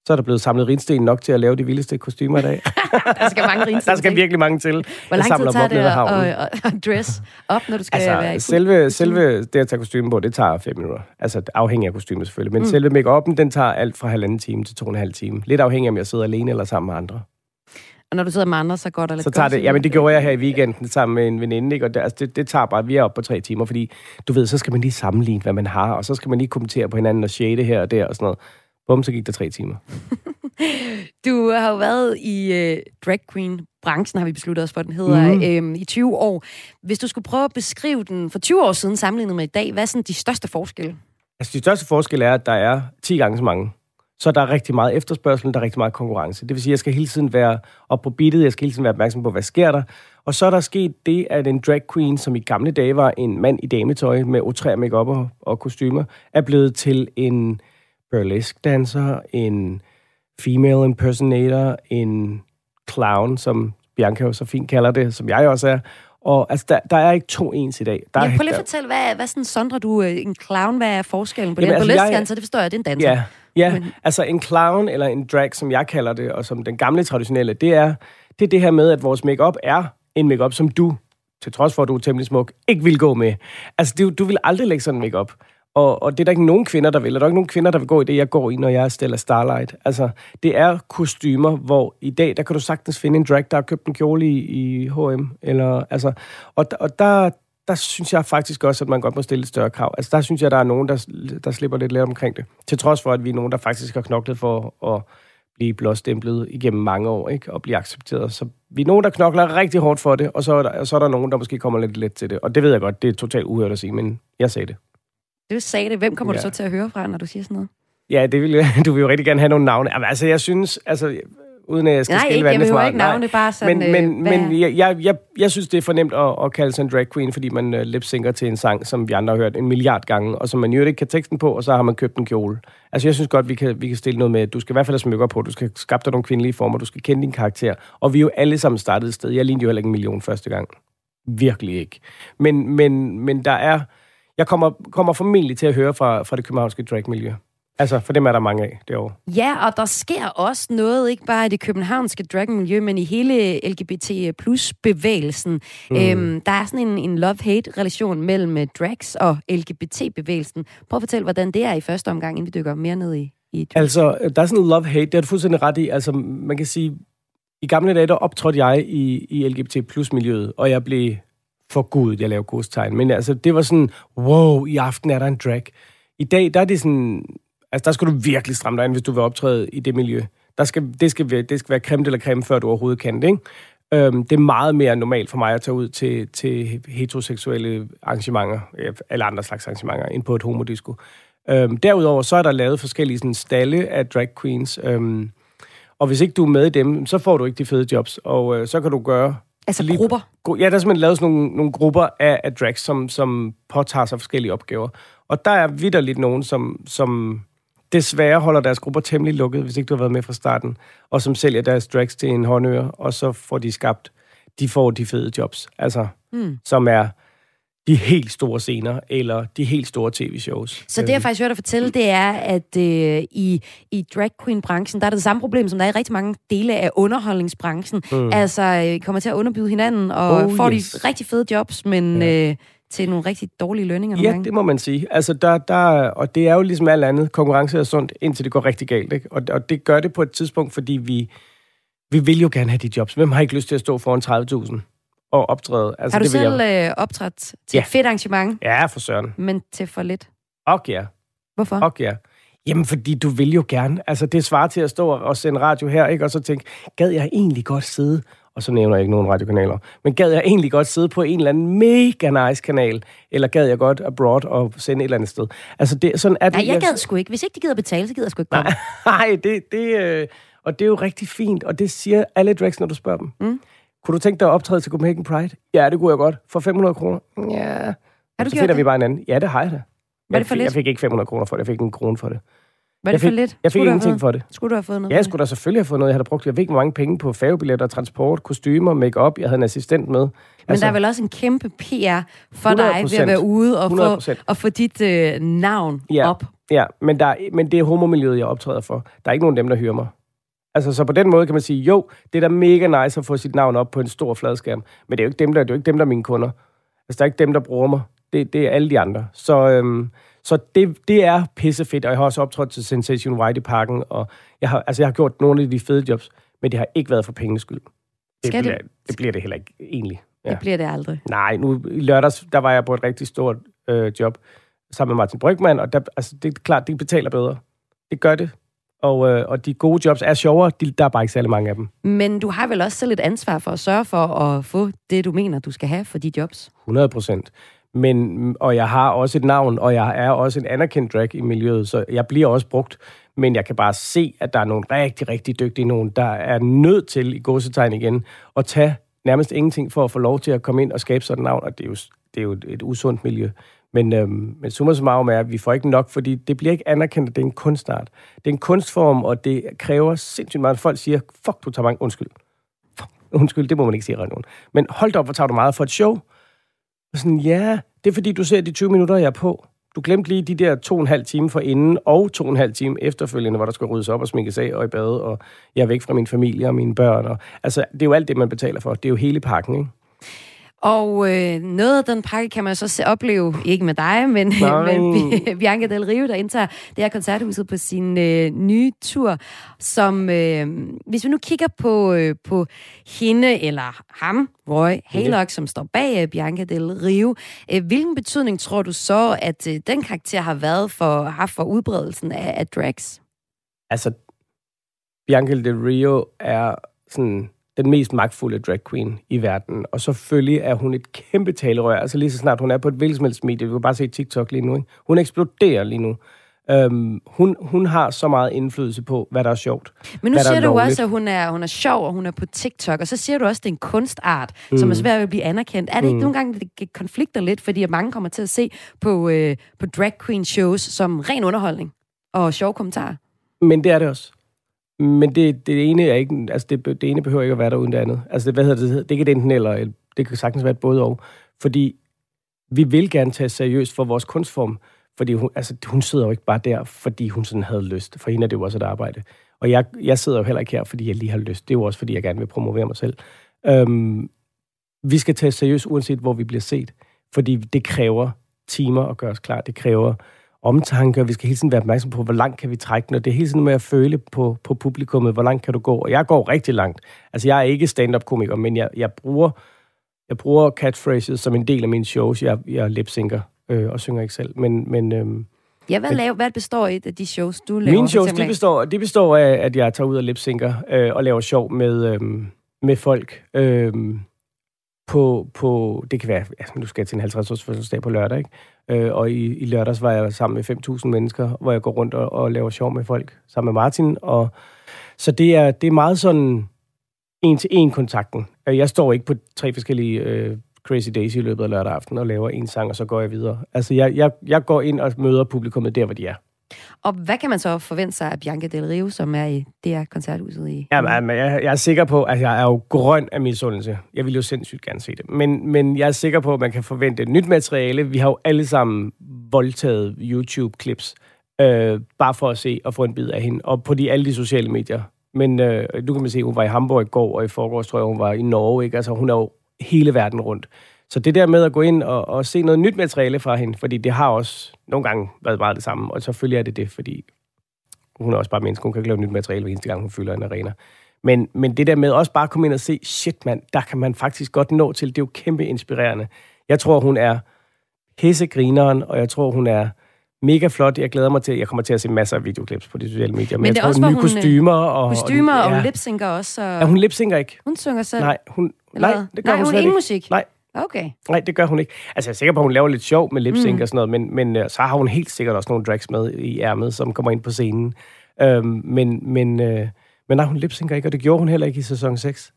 Så er der blevet samlet rinsten nok til at lave de vildeste kostymer i dag. Der skal mange rinsten. Der skal virkelig mange til. Hvor lang tid tager det at dress op, når du skal være i selve det at tage kostymen på, det tager 5 minutter. Altså afhængig af kostymet selvfølgelig. Men selve make-up'en, den tager alt fra 1,5 time til 2,5 time. Lidt afhængig af, om jeg sidder alene eller sammen med andre. Og når du sidder med andre, så går der lidt så tager det, jamen det gjorde jeg her i weekenden sammen med en veninde, ikke? Og det tager bare, vi er oppe på 3 timer, fordi du ved, så skal man lige sammenligne, hvad man har, og så skal man lige kommentere på hinanden og shade her og der og sådan noget. Bum, så gik der 3 timer. Du har jo været i drag queen-branchen, har vi besluttet os for, den hedder, i 20 år. Hvis du skulle prøve at beskrive den for 20 år siden sammenlignet med i dag, hvad er sådan de største forskelle? Altså de største forskelle er, at der er 10 gange så mange. Så der er rigtig meget efterspørgsel, der er rigtig meget konkurrence. Det vil sige, at jeg skal hele tiden være op på beatet, jeg skal hele tiden være opmærksom på, hvad sker der. Og så er der sket det, at en drag queen, som i gamle dage var en mand i dametøj med outré make-up og kostymer, er blevet til en burlesque danser, en female impersonator, en clown, som Bianca jo så fint kalder det, som jeg også er. Og altså, der er ikke 2 ens i dag. Prøv lige at fortælle, hvad sådan sondrer du en clown? Hvad er forskellen på det? En burlesque danser, det forstår jeg, det er en danser. Ja, altså en clown eller en drag, som jeg kalder det, og som den gamle traditionelle, det er det her med, at vores make-up er en make-up, som du, til trods for, at du er temmelig smuk, ikke vil gå med. Altså, du vil aldrig lægge sådan en make-up. Og det er der ikke nogen kvinder, der vil. Der er ikke nogen kvinder, der vil gå i det, jeg går i, når jeg er Stella Starlight. Altså, det er kostymer, hvor i dag, der kan du sagtens finde en drag, der har købt en kjole i H&M. Eller, altså, og der synes jeg faktisk også, at man godt må stille et større krav. Altså, der synes jeg, der er nogen, der slipper lidt omkring det. Til trods for, at vi er nogen, der faktisk har knoklet for at blive blåstemplet igennem mange år, ikke? Og blive accepteret. Så vi er nogen, der knokler rigtig hårdt for det, og så er der nogen, der måske kommer lidt let til det. Og det ved jeg godt, det er totalt uhørt at sige, men jeg sagde det. Du sagde det. Hvem kommer du så til at høre fra, når du siger sådan noget? Ja, du vil jo rigtig gerne have nogle navne. Jamen, altså, jeg synes, uden at jeg skal skille vandene for meget. Nej, jeg vil ikke navne, bare sådan... Men jeg synes, det er fornemt at kalde sig en drag queen, fordi man lip-synker til en sang, som vi andre har hørt 1 milliard gange, og som man jo ikke kan teksten på, og så har man købt en kjole. Altså, jeg synes godt, vi kan stille noget med, du skal i hvert fald have smykker på, du skal skabe dig nogle kvindelige former, du skal kende din karakter, og vi er jo alle sammen startet et sted. Jeg lignede jo heller ikke 1 million første gang. Virkelig ikke. Men der er... Jeg kommer formentlig til at høre fra det københavnske drag-miljø. Altså, for dem er der mange af derovre. Ja, og der sker også noget, ikke bare i det københavnske drag-miljø, men i hele LGBT+-bevægelsen. Der er sådan en love-hate-relation mellem drags og LGBT-bevægelsen. Prøv at fortælle, hvordan det er i første omgang, inden vi dykker mere ned i drag. Altså, der er sådan en love-hate, det er du fuldstændig ret i. Altså, man kan sige, i gamle dage, der optrådte jeg i LGBT+-miljøet, og jeg blev... for Gud, jeg laver godstegn. Men altså, det var sådan, wow, i aften er der en drag. I dag, der er det sådan, altså der skal du virkelig stramme dig ind, hvis du vil optræde i det miljø. Det skal være creme eller creme, før du overhovedet kan det, ikke? Det er meget mere normalt for mig at tage ud til heteroseksuelle arrangementer, eller andre slags arrangementer, end på et homodisco. Derudover, så er der lavet forskellige sådan, stalle af drag queens, og hvis ikke du er med i dem, så får du ikke de fede jobs, og så kan du gøre... Altså grupper? Ja, der er simpelthen lavet sådan nogle grupper af drags, som påtager sig forskellige opgaver. Og der er vitterligt nogen, som desværre holder deres grupper temmelig lukket, hvis ikke du har været med fra starten, og som sælger deres drags til en håndøre, og så får de får de fede jobs. Altså, som er de helt store scener, eller de helt store tv-shows. Så det, jeg faktisk hørte dig fortælle, det er, at i drag queen-branchen, der er det samme problem, som der er i rigtig mange dele af underholdningsbranchen. Altså, kommer til at underbyde hinanden, og får de rigtig fede jobs, men til nogle rigtig dårlige lønninger nogle gange. Det må man sige. Altså, og det er jo ligesom alt andet. Konkurrence er sundt, indtil det går rigtig galt, ikke? Og det gør det på et tidspunkt, fordi vi vil jo gerne have de jobs. Hvem har ikke lyst til at stå foran 30.000? Og optræde. Altså, har du selv optrådt til et fedt arrangement? Ja, for søren. Men til for lidt? Ja. Hvorfor? Ja. Jamen, fordi du vil jo gerne. Altså, det svarer til at stå og sende radio her, ikke? Og så tænke, gad jeg egentlig godt sidde, og så nævner jeg ikke nogen radiokanaler, men gad jeg egentlig godt sidde på en eller anden mega nice kanal, eller gad jeg godt abroad og sende et eller andet sted? Altså, sådan er det. Nej, jeg gad sgu ikke. Hvis ikke de gider betale, så gider jeg sgu ikke komme. Nej, og det er jo rigtig fint, og det siger alle drags, når du spørger dem. Kunne du tænke dig at optræde til Copenhagen Pride? Ja, det kunne jeg godt. For 500 kroner? Ja. Så finder vi bare en anden. Ja, det har jeg da. Hvad er det for lidt? Jeg fik ikke 500 kroner for det. Jeg fik 1 krone for det. Var det for lidt? Jeg fik ingenting for det. Skulle du have fået noget? Ja, jeg skulle da selvfølgelig have fået noget. Jeg havde brugt, jeg ved ikke, hvor mange penge på færgebilletter, transport, kostymer, make-up. Jeg havde en assistent med. Men der er vel også en kæmpe PR for dig ved at være ude og få dit navn op. Ja, men det er homomiljøet, jeg optræder for. Der er ikke nogen af dem, der hyrer mig. Altså, så på den måde kan man sige, jo, det er da mega nice at få sit navn op på en stor fladskærm. Men det er jo ikke dem, der er mine kunder. Altså, der er ikke dem, der bruger mig. Det er alle de andre. Så det er pissefedt, og jeg har også optrådt til Sensation White i Parken, og jeg har gjort nogle af de fede jobs, men det har ikke været for pengenes skyld. Det bliver det heller ikke egentlig. Ja. Det bliver det aldrig. Nej, nu i lørdags, der var jeg på et rigtig stort job sammen med Martin Brygmann, og det er klart, det betaler bedre. Det gør det. Og de gode jobs er sjovere, der er bare ikke særlig mange af dem. Men du har vel også selv et ansvar for at sørge for at få det, du mener, du skal have for de jobs? 100%. Og jeg har også et navn, og jeg er også en anerkendt drag i miljøet, så jeg bliver også brugt. Men jeg kan bare se, at der er nogle rigtig, rigtig dygtige nogen, der er nødt til, i gåsetegn igen, at tage nærmest ingenting for at få lov til at komme ind og skabe sådan et navn, og det er jo et usundt miljø. Men summa summarum er, at vi får ikke nok, fordi det bliver ikke anerkendt, at det er en kunstart. Det er en kunstform, og det kræver sindssygt meget. Folk siger, fuck, du tager mange... Undskyld, det må man ikke sige ret nogen. Men hold da op, hvor tager du meget for et show? Og sådan, ja, det er fordi, du ser de 20 minutter, jeg er på. Du glemte lige de der 2,5 timer forinden og 2,5 timer efterfølgende, hvor der skal ryddes op og sminkes af og i bade, og jeg er væk fra min familie og mine børn. Og, altså, det er jo alt det, man betaler for. Det er jo hele pakken, ikke? Og noget af den pakke kan man så opleve, ikke med dig, men med Bianca Del Rio, der indtager det her koncerthuset på sin nye tur, som, hvis vi nu kigger på hende eller ham, Roy Haylock, som står bag Bianca Del Rio, hvilken betydning tror du så, at den karakter har haft for udbredelsen af drags? Altså, Bianca Del Rio er sådan... den mest magtfulde drag queen i verden. Og selvfølgelig er hun et kæmpe talerør. Altså lige så snart hun er på et hvilket som helst medie. Vi kan bare se TikTok lige nu. Ikke? Hun eksploderer lige nu. Hun har så meget indflydelse på, hvad der er sjovt. Men nu siger du også, at hun er sjov, og hun er på TikTok. Og så siger du også, at det er en kunstart, som er svært at blive anerkendt. Er det ikke nogle gange, det konflikter lidt, fordi at mange kommer til at se på drag queen shows som ren underholdning og sjove kommentarer? Men det er det også. Men det ene er ikke, altså det ene behøver ikke at være der uden det andet. Altså det er ikke et enten eller, det kan sagtens være et både og. Fordi vi vil gerne tage seriøst for vores kunstform, fordi hun sidder jo ikke bare der, fordi hun sådan havde lyst. For hende er det jo også et arbejde. Og jeg sidder jo heller ikke her, fordi jeg lige har lyst. Det er jo også, fordi jeg gerne vil promovere mig selv. Vi skal tage seriøst, uanset hvor vi bliver set. Fordi det kræver timer at gøre os klar. Det kræver omtanke, og vi skal hele tiden være opmærksom på, hvor langt kan vi trække den, og det er hele tiden med at føle på publikummet, hvor langt kan du gå, og jeg går rigtig langt. Altså, jeg er ikke stand-up-komiker, men jeg bruger catchphrases som en del af mine shows. Jeg lip-synker og synger ikke selv, men hvad består et af de shows, du laver? Mine shows, de består af, at jeg tager ud og lip-synker og laver sjov med folk på det kan være, altså, nu skal jeg til en 50-års fødselsdag på lørdag, ikke? Og i lørdags var jeg sammen med 5.000 mennesker, hvor jeg går rundt og laver sjov med folk, sammen med Martin. Og så det er meget sådan en-til-en kontakten. Jeg står ikke på 3 forskellige Crazy Days i løbet af lørdag aften og laver en sang, og så går jeg videre. Altså jeg går ind og møder publikummet der, hvor de er. Og hvad kan man så forvente sig af Bianca Del Rio, som er i det her koncerthuset i? Jamen, jeg er sikker på, at jeg er jo grøn af misundelse. Jeg vil jo sindssygt gerne se det. Men jeg er sikker på, at man kan forvente et nyt materiale. Vi har jo alle sammen voldtaget YouTube-clips, bare for at se og få en bid af hende. Og på alle de sociale medier. Men nu kan man se, at hun var i Hamburg i går, og i forgårs tror jeg, hun var i Norge. Ikke? Altså, hun er jo hele verden rundt. Så det der med at gå ind og se noget nyt materiale fra hende, fordi det har også nogle gange været meget det samme, og selvfølgelig er det, fordi hun er også bare menneske, hun kan ikke lave nyt materiale hver eneste gang, hun fylder en arena. Men det der med også bare at komme ind og se, shit mand, der kan man faktisk godt nå til, det er jo kæmpe inspirerende. Jeg tror, hun er pissegrineren, og jeg tror, hun er mega flot. Jeg glæder mig til, jeg kommer til at se masser af videoklips på de sociale medier. Men jeg tror, nye kostymer. Og hun lipsynker også. Ja, hun lipsynker ikke. Hun synger selv? Nej, det gør hun slet ingen ikke. Musik? Nej. Okay. Nej, det gør hun ikke. Altså, jeg er sikker på, at hun laver lidt sjov med lip-sync og sådan noget, men så har hun helt sikkert også nogle drags med i ærmet, som kommer ind på scenen. Men nej, hun lip-synker ikke, og det gjorde hun heller ikke i sæson 6.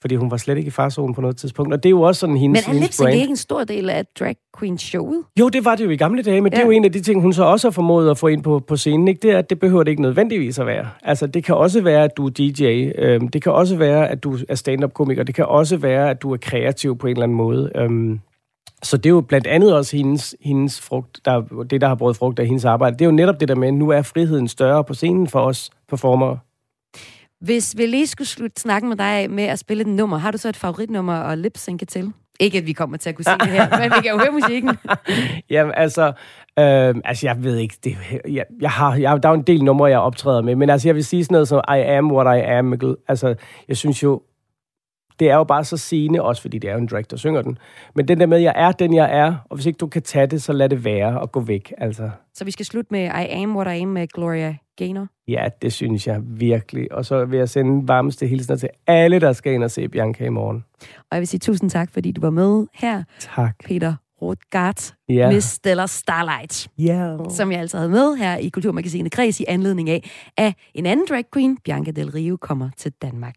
fordi hun var slet ikke i farzonen på noget tidspunkt. Og det er jo også sådan hendes Men er lip-sync brand. ikke en stor del af drag queen showet? Jo, det var det jo i gamle dage, men det er jo en af de ting, hun så også har formået at få ind på scenen. Ikke? Det er, at det behøver det ikke nødvendigvis at være. Altså, det kan også være, at du er DJ. Det kan også være, at du er stand-up-komiker. Det kan også være, at du er kreativ på en eller anden måde. Så det er jo blandt andet også hendes frugt, der har båret frugt af hendes arbejde. Det er jo netop det der med, at nu er friheden større på scenen for os performere. Hvis vi lige skulle slutte snakken med dig med at spille et nummer, har du så et favoritnummer at lip-synke til? Ikke, at vi kommer til at kunne se det her, men vi kan jo høre musikken. Jamen, altså, jeg ved ikke. Der er jo en del numre, jeg optræder med, men altså, jeg vil sige sådan noget som I am what I am. Altså, jeg synes jo, det er jo bare så sigende, også fordi det er jo en drag, der synger den. Men den der med, jeg er den, jeg er, og hvis ikke du kan tage det, så lad det være og gå væk, altså. Så vi skal slutte med I am what I am med Gloria Gaynor? Ja, det synes jeg virkelig. Og så vil jeg sende varmeste hilsner til alle, der skal ind og se Bianca i morgen. Og jeg vil sige tusind tak, fordi du var med her. Tak. Peter Rothgart, Miss Stellar Starlight, som jeg altså havde med her i Kulturmagasinet Kreds i anledning af, at en anden drag queen, Bianca Del Rio, kommer til Danmark.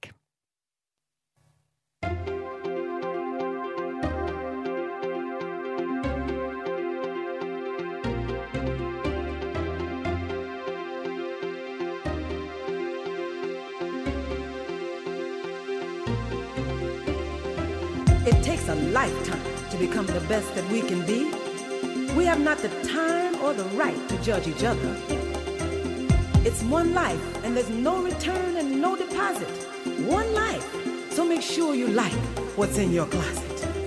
It takes a lifetime to become the best that we can be. We have not the time or the right to judge each other. It's one life, and there's no return and no deposit. One life, so make sure you like what's in your closet.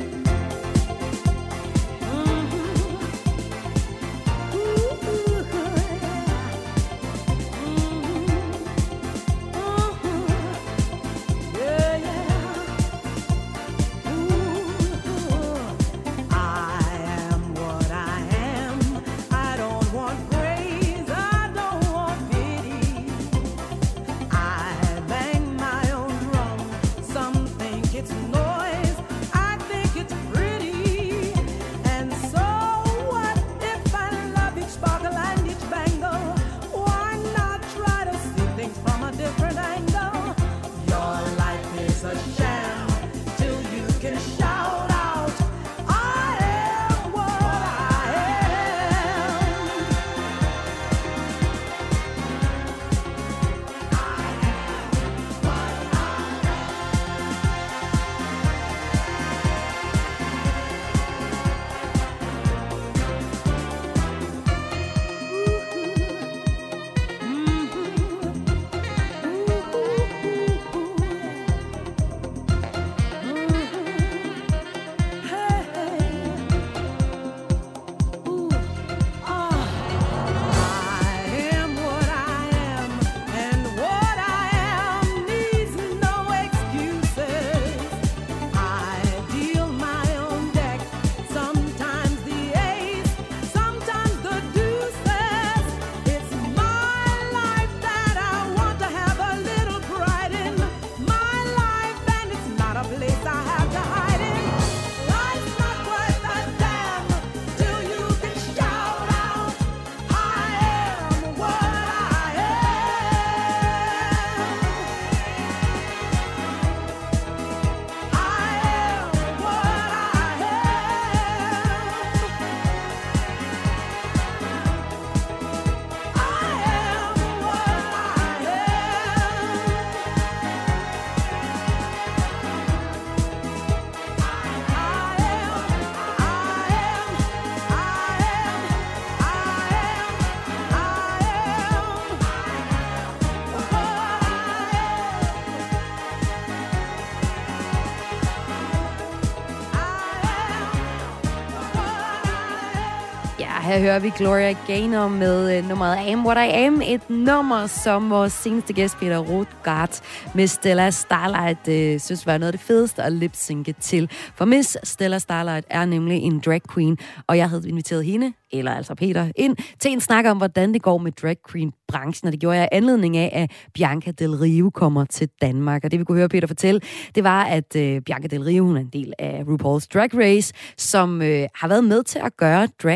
Her hører vi Gloria Gaynor med nummeret I am what I am. Et nummer, som vores seneste gæst, Peter Rothgart, med Stellar Starlight, synes var noget af det fedeste at lip-synke til. For Miss Stellar Starlight er nemlig en drag queen, og jeg havde inviteret hende, eller altså Peter, ind til en snak om, hvordan det går med drag queen-branchen. Og det gjorde jeg i anledning af, at Bianca Del Rio kommer til Danmark. Og det vi kunne høre Peter fortælle, det var, at Bianca Del Rio, hun er en del af RuPaul's Drag Race, som har været med til at gøre drag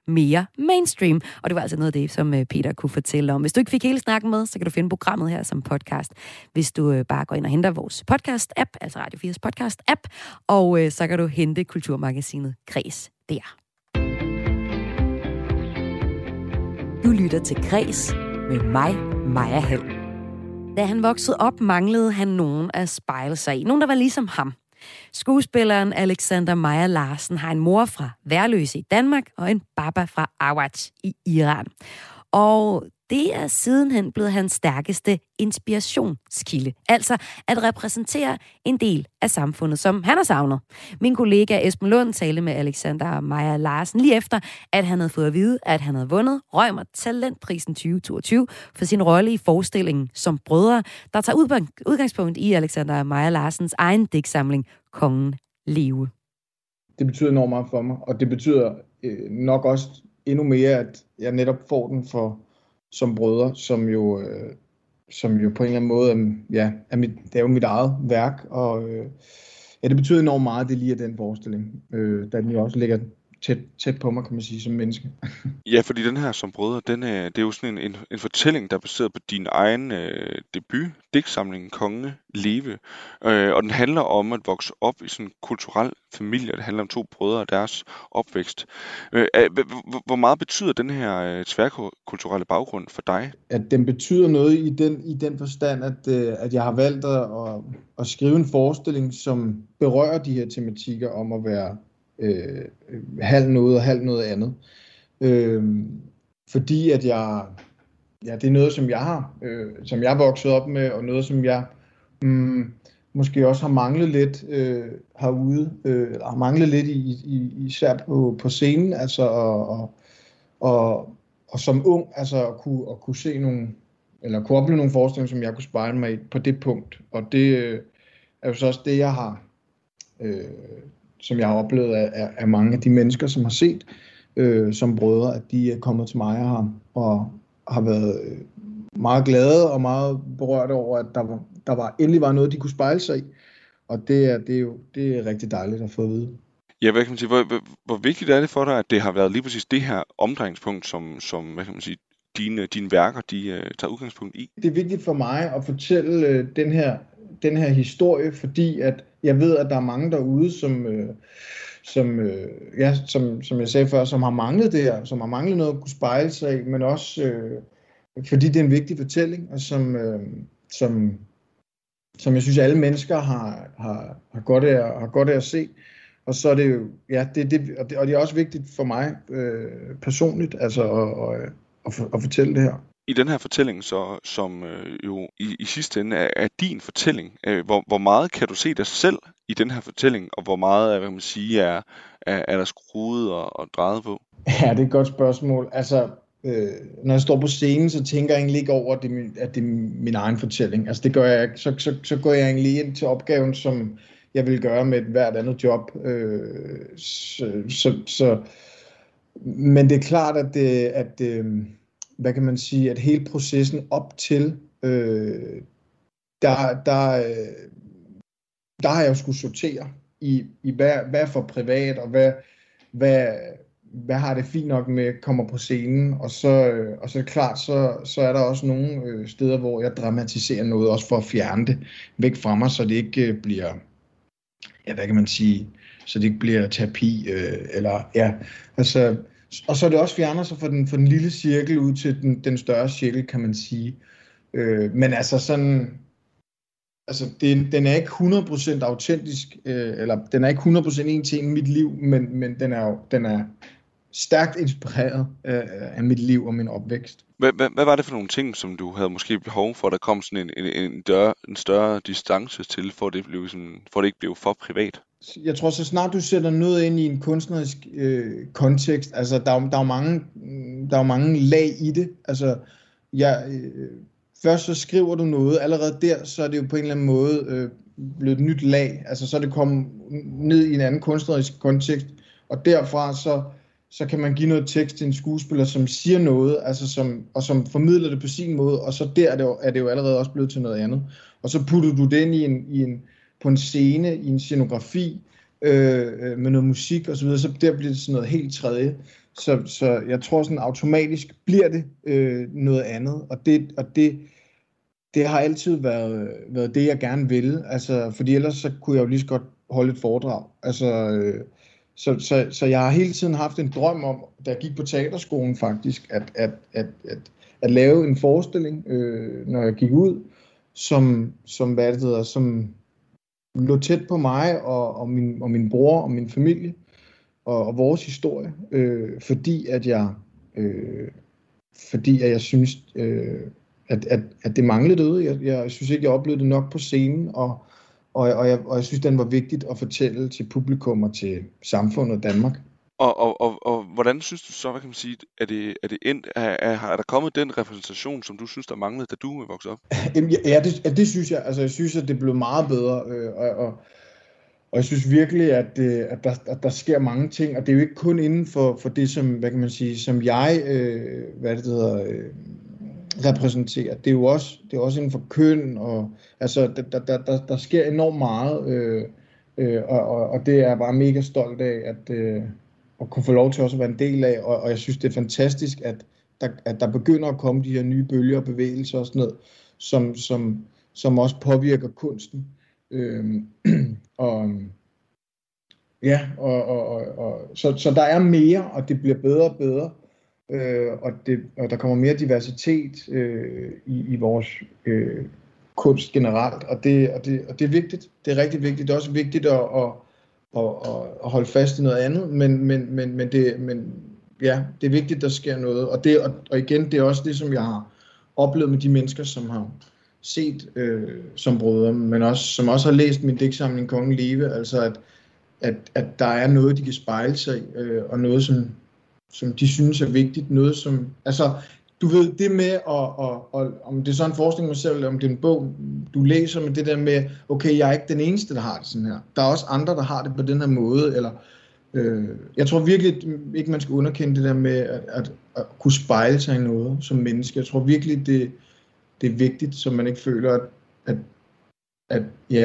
mere mainstream. Og det var altså noget af det, som Peter kunne fortælle om. Hvis du ikke fik hele snakken med, så kan du finde programmet her som podcast, hvis du bare går ind og henter vores podcast-app, altså Radio 4's podcast-app, og så kan du hente Kulturmagasinet Kres der. Du lytter til Kres med mig, Maja Hall. Da han voksede op, manglede han nogen at spejle sig i. Nogen, der var ligesom ham. Skuespilleren Alexander Meyer Larsen har en mor fra Værløse i Danmark og en baba fra Awash i Iran. Og det er sidenhen blevet hans stærkeste inspirationskilde. Altså at repræsentere en del af samfundet, som han har savnet. Min kollega Esben Lund talte med Alexander Meyer Larsen lige efter, at han havde fået at vide, at han havde vundet Reumert Talentprisen 2022 for sin rolle i forestillingen Som Brødre, der tager udgangspunkt i Alexander Meyer Larsens egen digtsamling Kongen Leve. Det betyder enormt meget for mig, og det betyder nok også endnu mere, at jeg netop får den for Som Brødre, som jo på en eller anden måde det er jo mit eget værk, og det betyder enormt meget, det lige er den forestilling, da den jo også ligger tæt på mig, kan man sige, som menneske. Ja, fordi den her Som Brødre, det er jo sådan en fortælling, der er baseret på din egen debut, digtsamlingen Kongen Leve, og den handler om at vokse op i sådan en kulturel familie. Det handler om 2 brødre og deres opvækst. Hvor meget betyder den her tværkulturelle baggrund for dig? At den betyder noget i den forstand, at jeg har valgt at skrive en forestilling, som berører de her tematikker om at være halv noget og halv noget andet. Fordi at det er noget, som jeg har, som jeg er vokset op med, og noget, som jeg måske også har manglet lidt herude, har manglet lidt især på scenen, altså og som ung, altså at kunne se nogle, eller kunne opleve nogle forestillinger, som jeg kunne spejle mig i på det punkt. Og det er jo så også det, jeg har som jeg har oplevet af mange af de mennesker, som har set Som Brødre, at de er kommet til mig og har været meget glade og meget berørte over, at der endelig var noget, de kunne spejle sig i. Og det er rigtig dejligt at få at vide. Ja, hvad kan man sige, hvor vigtigt er det for dig, at det har været lige præcis det her omdrejningspunkt, som hvad kan man sige, dine værker, de tager udgangspunkt i? Det er vigtigt for mig at fortælle den her historie, fordi at jeg ved, at der er mange derude, som jeg sagde før, som har manglet det her, som har manglet noget at kunne spejle sig i, men også fordi det er en vigtig fortælling, og som jeg synes, alle mennesker har godt af at se. Og så er det jo, og det er også vigtigt for mig personligt, altså at fortælle det her. I den her fortælling, som jo i sidste ende er din fortælling, hvor meget kan du se dig selv i den her fortælling, og hvor meget, hvad man sige, er der skruet og drejet på? Ja, det er et godt spørgsmål. Altså, når jeg står på scenen, så tænker jeg egentlig ikke over, at det er min egen fortælling. Altså, det gør jeg ikke. Så går jeg egentlig ind til opgaven, som jeg vil gøre med et hvert andet job. Men det er klart, at hvad kan man sige, at hele processen op til, der har jeg jo skulle sortere i hvad er for privat, og hvad har det fint nok med kommer på scenen, og så er det klart, så er der også nogle steder, hvor jeg dramatiserer noget, også for at fjerne det væk fra mig, så det ikke bliver, hvad kan man sige, så det ikke bliver terapi, altså, og så er det også fjerner sig for den lille cirkel ud til den større cirkel, kan man sige. Men altså sådan, altså den er ikke 100% autentisk, eller den er ikke 100% en til en mit liv, men den er stærkt inspireret af mit liv og min opvækst. Hvad var det for nogle ting, som du havde måske behov for, der kom sådan en større distance til, for det ikke blev for privat? Jeg tror, så snart du sætter noget ind i en kunstnerisk kontekst, altså der er jo mange lag i det. Altså, først så skriver du noget, allerede der, så er det jo på en eller anden måde blevet et nyt lag. Altså, så er det kommet ned i en anden kunstnerisk kontekst, og derfra så kan man give noget tekst til en skuespiller, som siger noget, altså som formidler det på sin måde, og så der er det jo allerede også blevet til noget andet. Og så putter du det ind på en scene, i en scenografi, med noget musik og så videre, så der bliver det sådan noget helt tredje. Så jeg tror sådan automatisk bliver det noget andet, og det har altid været det, jeg gerne vil. Altså, fordi ellers så kunne jeg jo lige så godt holde et foredrag. Altså, så jeg har hele tiden haft en drøm om, da jeg gik på teaterskolen faktisk, at lave en forestilling, når jeg gik ud, som lå tæt på mig og min bror og min familie og vores historie, fordi at jeg synes, at det manglede derude. Jeg synes ikke, jeg oplevede det nok på scenen, og jeg synes, den var vigtigt at fortælle til publikum og til samfundet Danmark. Og hvordan synes du så, hvad kan man sige, er det endt? Er der kommet den repræsentation, som du synes, der manglede, da du voksede op? Ja, det synes jeg. Altså, jeg synes, at det blev meget bedre, og jeg synes virkelig, at der sker mange ting, og det er jo ikke kun inden for det, som, hvad kan man sige, som jeg, repræsenterer. Det er jo også inden for køn, og altså, der sker enormt meget, og det er jeg bare mega stolt af, at kunne få lov til også at være en del af, og jeg synes, det er fantastisk, at der begynder at komme de her nye bølger og bevægelser og sådan noget, som også påvirker kunsten. Så der er mere, og det bliver bedre og bedre, og der kommer mere diversitet i vores kunst generelt, og det er vigtigt. Det er rigtig vigtigt. Det er også vigtigt at holde fast i noget andet, men det er vigtigt, der sker noget. Og igen, det er også det, som jeg har oplevet med de mennesker, som har set som brødre, men også, som også har læst min digtsamling Kongen Leve, altså at der er noget, de kan spejle sig i, og noget, som de synes er vigtigt, noget som, altså, du ved, det med, om det er sådan en forskning med selv, eller om det er en bog, du læser, med det der med, okay, jeg er ikke den eneste, der har det sådan her. Der er også andre, der har det på den her måde, eller jeg tror virkelig ikke, man skal underkende det der med at kunne spejle sig i noget som menneske. Jeg tror virkelig, det er vigtigt, så man ikke føler, at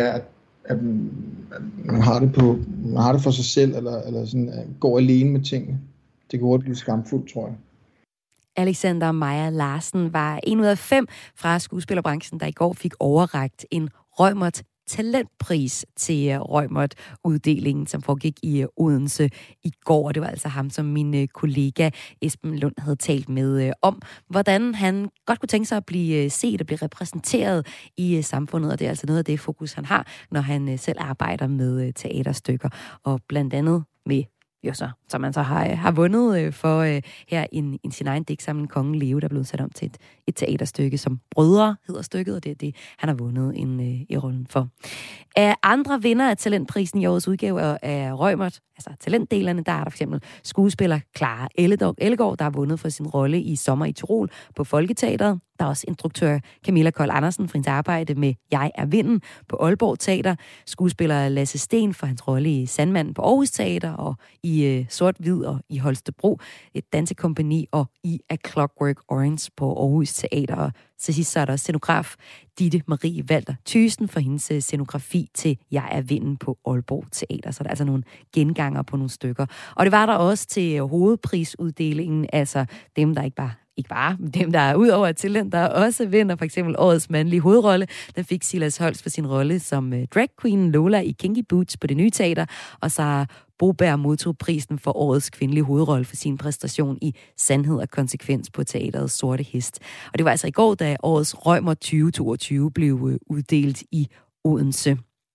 man har det for sig selv, eller sådan, går alene med tingene. Det kan hurtigt blive skamfuldt, tror jeg. Alexander Meyer Larsen var 1 ud af 5 fra skuespillerbranchen, der i går fik overrakt en Reumert talentpris til Reumert-uddelingen, som foregik i Odense i går. Det var altså ham, som min kollega Esben Lund havde talt med om, hvordan han godt kunne tænke sig at blive set og blive repræsenteret i samfundet, og det er altså noget af det fokus, han har, når han selv arbejder med teaterstykker, og blandt andet med som man så har vundet for her i sin egen digtsamling Kongen Leve, der blev sat om til et teaterstykke, som Brødre hedder stykket, og det er det, han har vundet i rollen for. Af andre vinder af talentprisen i årets udgave af Reumert, altså talentdelerne, der er der for eksempel skuespiller Clara Ellegaard, der har vundet for sin rolle i Sommer i Tyrol på Folketeatret. Der er også instruktør Camilla Kold Andersen for hendes arbejde med Jeg er vinden på Aalborg Teater. Skuespiller Lasse Sten for hans rolle i Sandmanden på Aarhus Teater og i Sort-Hvid og i Holstebro, et dansekompagni, og i A Clockwork Orange på Aarhus Teater. Og til sidst så er der også scenograf Ditte Marie Walter Thyssen for hendes scenografi til Jeg er vinden på Aalborg Teater. Så der er altså nogle genganger på nogle stykker. Og det var der også til hovedprisuddelingen, altså dem, der ikke bare dem, der er ud over talent, der også vinder for eksempel årets mandlige hovedrolle. Den fik Silas Holst for sin rolle som drag queen Lola i Kinky Boots på Det Nye Teater, og så Boberg modtog prisen for årets kvindelige hovedrolle for sin præstation i Sandhed og Konsekvens på teaterets Sorte Hest. Og det var altså i går, da årets Reumert 2022 blev uddelt i Odense.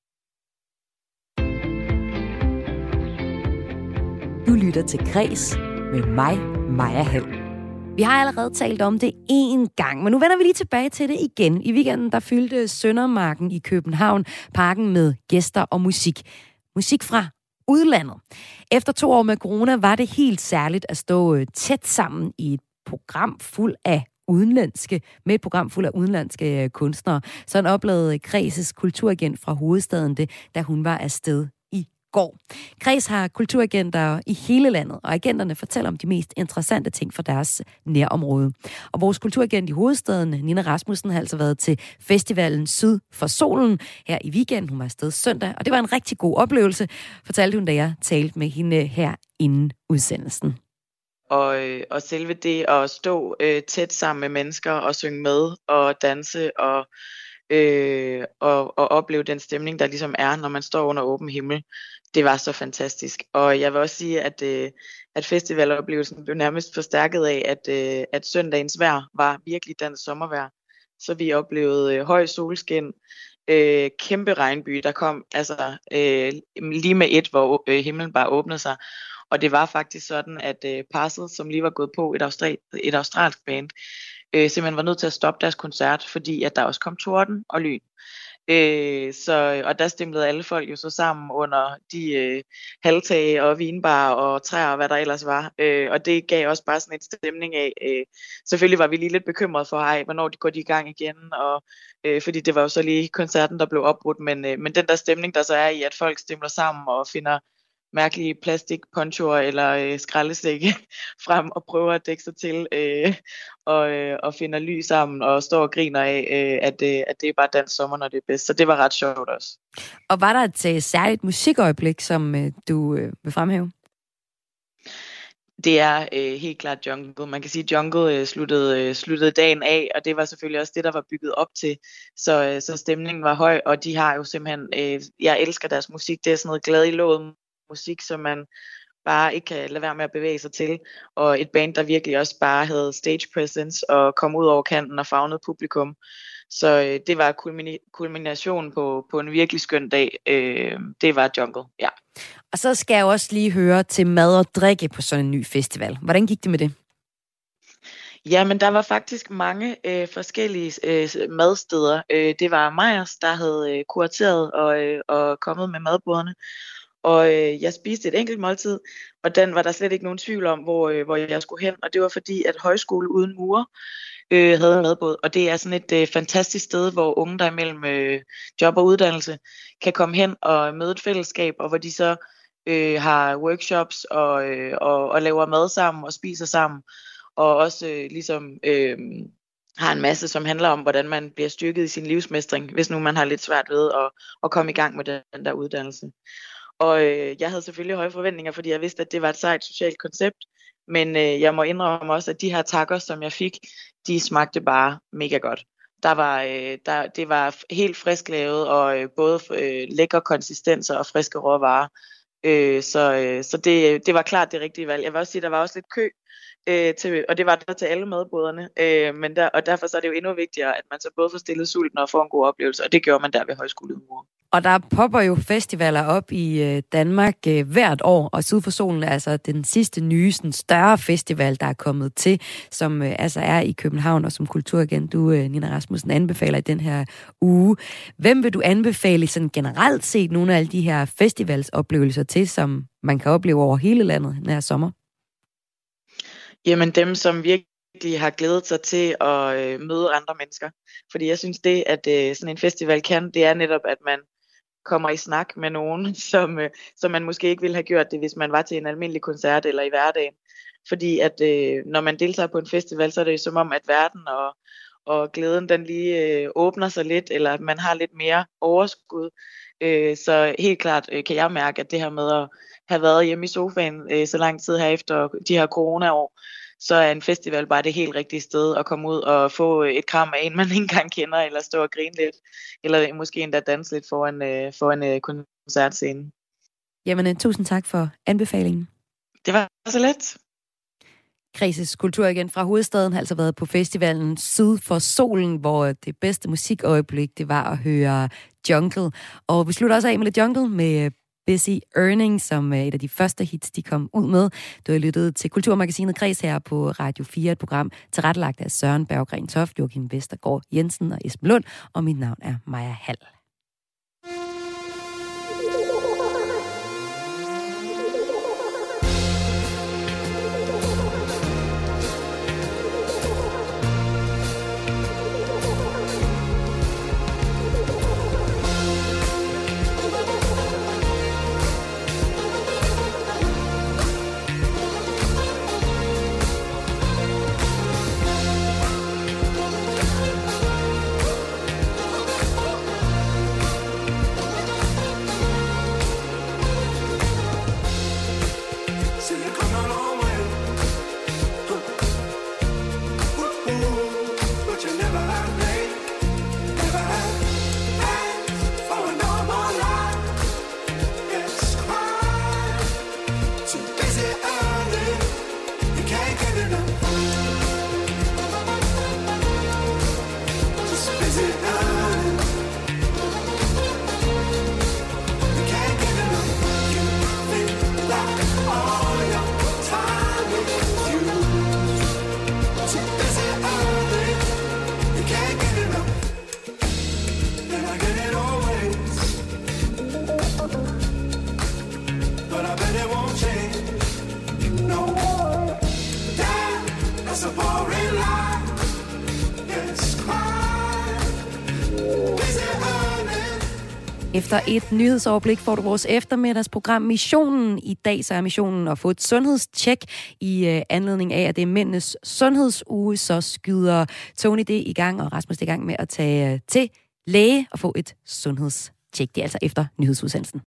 Du lytter til Kres med mig, Maja Hall. Vi har allerede talt om det én gang, men nu vender vi lige tilbage til det igen. I weekenden der fyldte Søndermarken i København parken med gæster og musik. Musik fra udlandet. Efter 2 år med corona var det helt særligt at stå tæt sammen i et program fuld af udenlandske kunstnere. Sådan oplevede Kres' kulturagent fra hovedstaden det, da hun var afsted i går. Kreds har kulturagenter i hele landet, og agenterne fortæller om de mest interessante ting fra deres nærområde. Og vores kulturagent i hovedstaden, Nina Rasmussen, har altså været til festivalen Syd for Solen her i weekenden. Hun var afsted søndag, og det var en rigtig god oplevelse, fortalte hun, da jeg talte med hende her inden udsendelsen. Og selve det at stå tæt sammen med mennesker og synge med og danse og opleve den stemning, der ligesom er, når man står under åben himmel, det var så fantastisk. Og jeg vil også sige, at festivaloplevelsen blev nærmest forstærket af, at søndagens vejr var virkelig dansk sommervejr. Så vi oplevede høj solskin, kæmpe regnby, der kom altså lige med et, hvor himlen bare åbnede sig. Og det var faktisk sådan, at Parcel, som lige var gået på et australsk band, simpelthen var nødt til at stoppe deres koncert, fordi at der også kom torden og lyn. Og der stemlede alle folk jo så sammen under de halvtage og vinbar og træer og hvad der ellers var. Og det gav også bare sådan en stemning af. Selvfølgelig var vi lige lidt bekymrede for, hvornår går de i gang igen, og fordi det var jo så lige koncerten, der blev opbrudt. Men den der stemning, der så er i, at folk stemler sammen og finder mærkelige plastikponchoer eller skraldesække frem og prøver at dække sig til og finder lys sammen og står og griner af, at det er bare dansk sommer, når det er bedst. Så det var ret sjovt også. Og var der et særligt musikøjeblik, som du vil fremhæve? Det er helt klart Jungle. Man kan sige, at Jungle sluttede dagen af, og det var selvfølgelig også det, der var bygget op til. Så stemningen var høj, og de har jo simpelthen, jeg elsker deres musik, det er sådan noget glad i låget musik, som man bare ikke kan lade være med at bevæge sig til, og et band, der virkelig også bare havde stage presence og kom ud over kanten og favnede publikum. Så det var kulminationen på en virkelig skøn dag. Det var Jungle, ja. Og så skal jeg også lige høre til mad og drikke på sådan en ny festival. Hvordan gik det med det? Jamen, der var faktisk mange forskellige madsteder. Det var Meyers, der havde kurateret og kommet med madbordene. Og jeg spiste et enkelt måltid, og den var der slet ikke nogen tvivl om, hvor jeg skulle hen. Og det var fordi, at Højskole Uden Mure havde en madbåd. Og det er sådan et fantastisk sted, hvor unge, der imellem job og uddannelse, kan komme hen og møde et fællesskab, og hvor de så har workshops og laver mad sammen og spiser sammen. Og også har en masse, som handler om, hvordan man bliver styrket i sin livsmestring, hvis nu man har lidt svært ved at komme i gang med den der uddannelse. Og jeg havde selvfølgelig høje forventninger, fordi jeg vidste, at det var et sejt socialt koncept. Men jeg må indrømme også, at de her tacos, som jeg fik, de smagte bare mega godt. Det var helt frisk lavet, og både lækre konsistenser og friske råvarer. Så det var klart det rigtige valg. Jeg vil også sige, at der var også lidt kø, og det var der til alle madboderne. Og derfor så er det jo endnu vigtigere, at man så både får stillet sulten og får en god oplevelse, og det gjorde man der ved Højskole Uden Mure. Og der popper jo festivaler op i Danmark hvert år, og Syd for Solen er altså den sidste nye, sådan større festival, der er kommet til, som altså er i København, og som kulturagent du, Nina Rasmussen, anbefaler i den her uge. Hvem vil du anbefale sådan generelt set nogle af alle de her festivalsoplevelser til, som man kan opleve over hele landet den her sommer? Jamen dem, som virkelig har glædet sig til at møde andre mennesker. Fordi jeg synes det, at sådan en festival kan, det er netop, at man kommer i snak med nogen, som man måske ikke ville have gjort det, hvis man var til en almindelig koncert eller i hverdagen. Fordi at når man deltager på en festival, så er det jo som om, at verden og glæden den lige åbner sig lidt, eller at man har lidt mere overskud. Så helt klart kan jeg mærke, at det her med at have været hjemme i sofaen så lang tid her efter de her coronaår, så er en festival bare det helt rigtige sted at komme ud og få et kram af en, man ikke engang kender, eller stå og grine lidt, eller måske endda danse lidt foran koncertscenen. Jamen, tusind tak for anbefalingen. Det var så let. Kreses kulturagent fra hovedstaden har altså været på festivalen Syd for Solen, hvor det bedste musikøjeblik, det var at høre Jungle. Og vi slutter også af med lidt Jungle med Busy Earning, som et af de første hits, de kom ud med. Du har lyttet til Kulturmagasinet Kreds her på Radio 4, et program tilrettelagt af Søren Berggren Toft, Joachim Vestergaard Jensen og Esben Lund, og mit navn er Maja Hall. Efter et nyhedsoverblik får du vores eftermiddagsprogram Missionen. I dag så er missionen at få et sundhedstjek i anledning af, at det er mændenes sundhedsuge. Så skyder Tony det i gang, og Rasmus det i gang med at tage til læge og få et sundhedstjek. Det er altså efter nyhedsudsendelsen.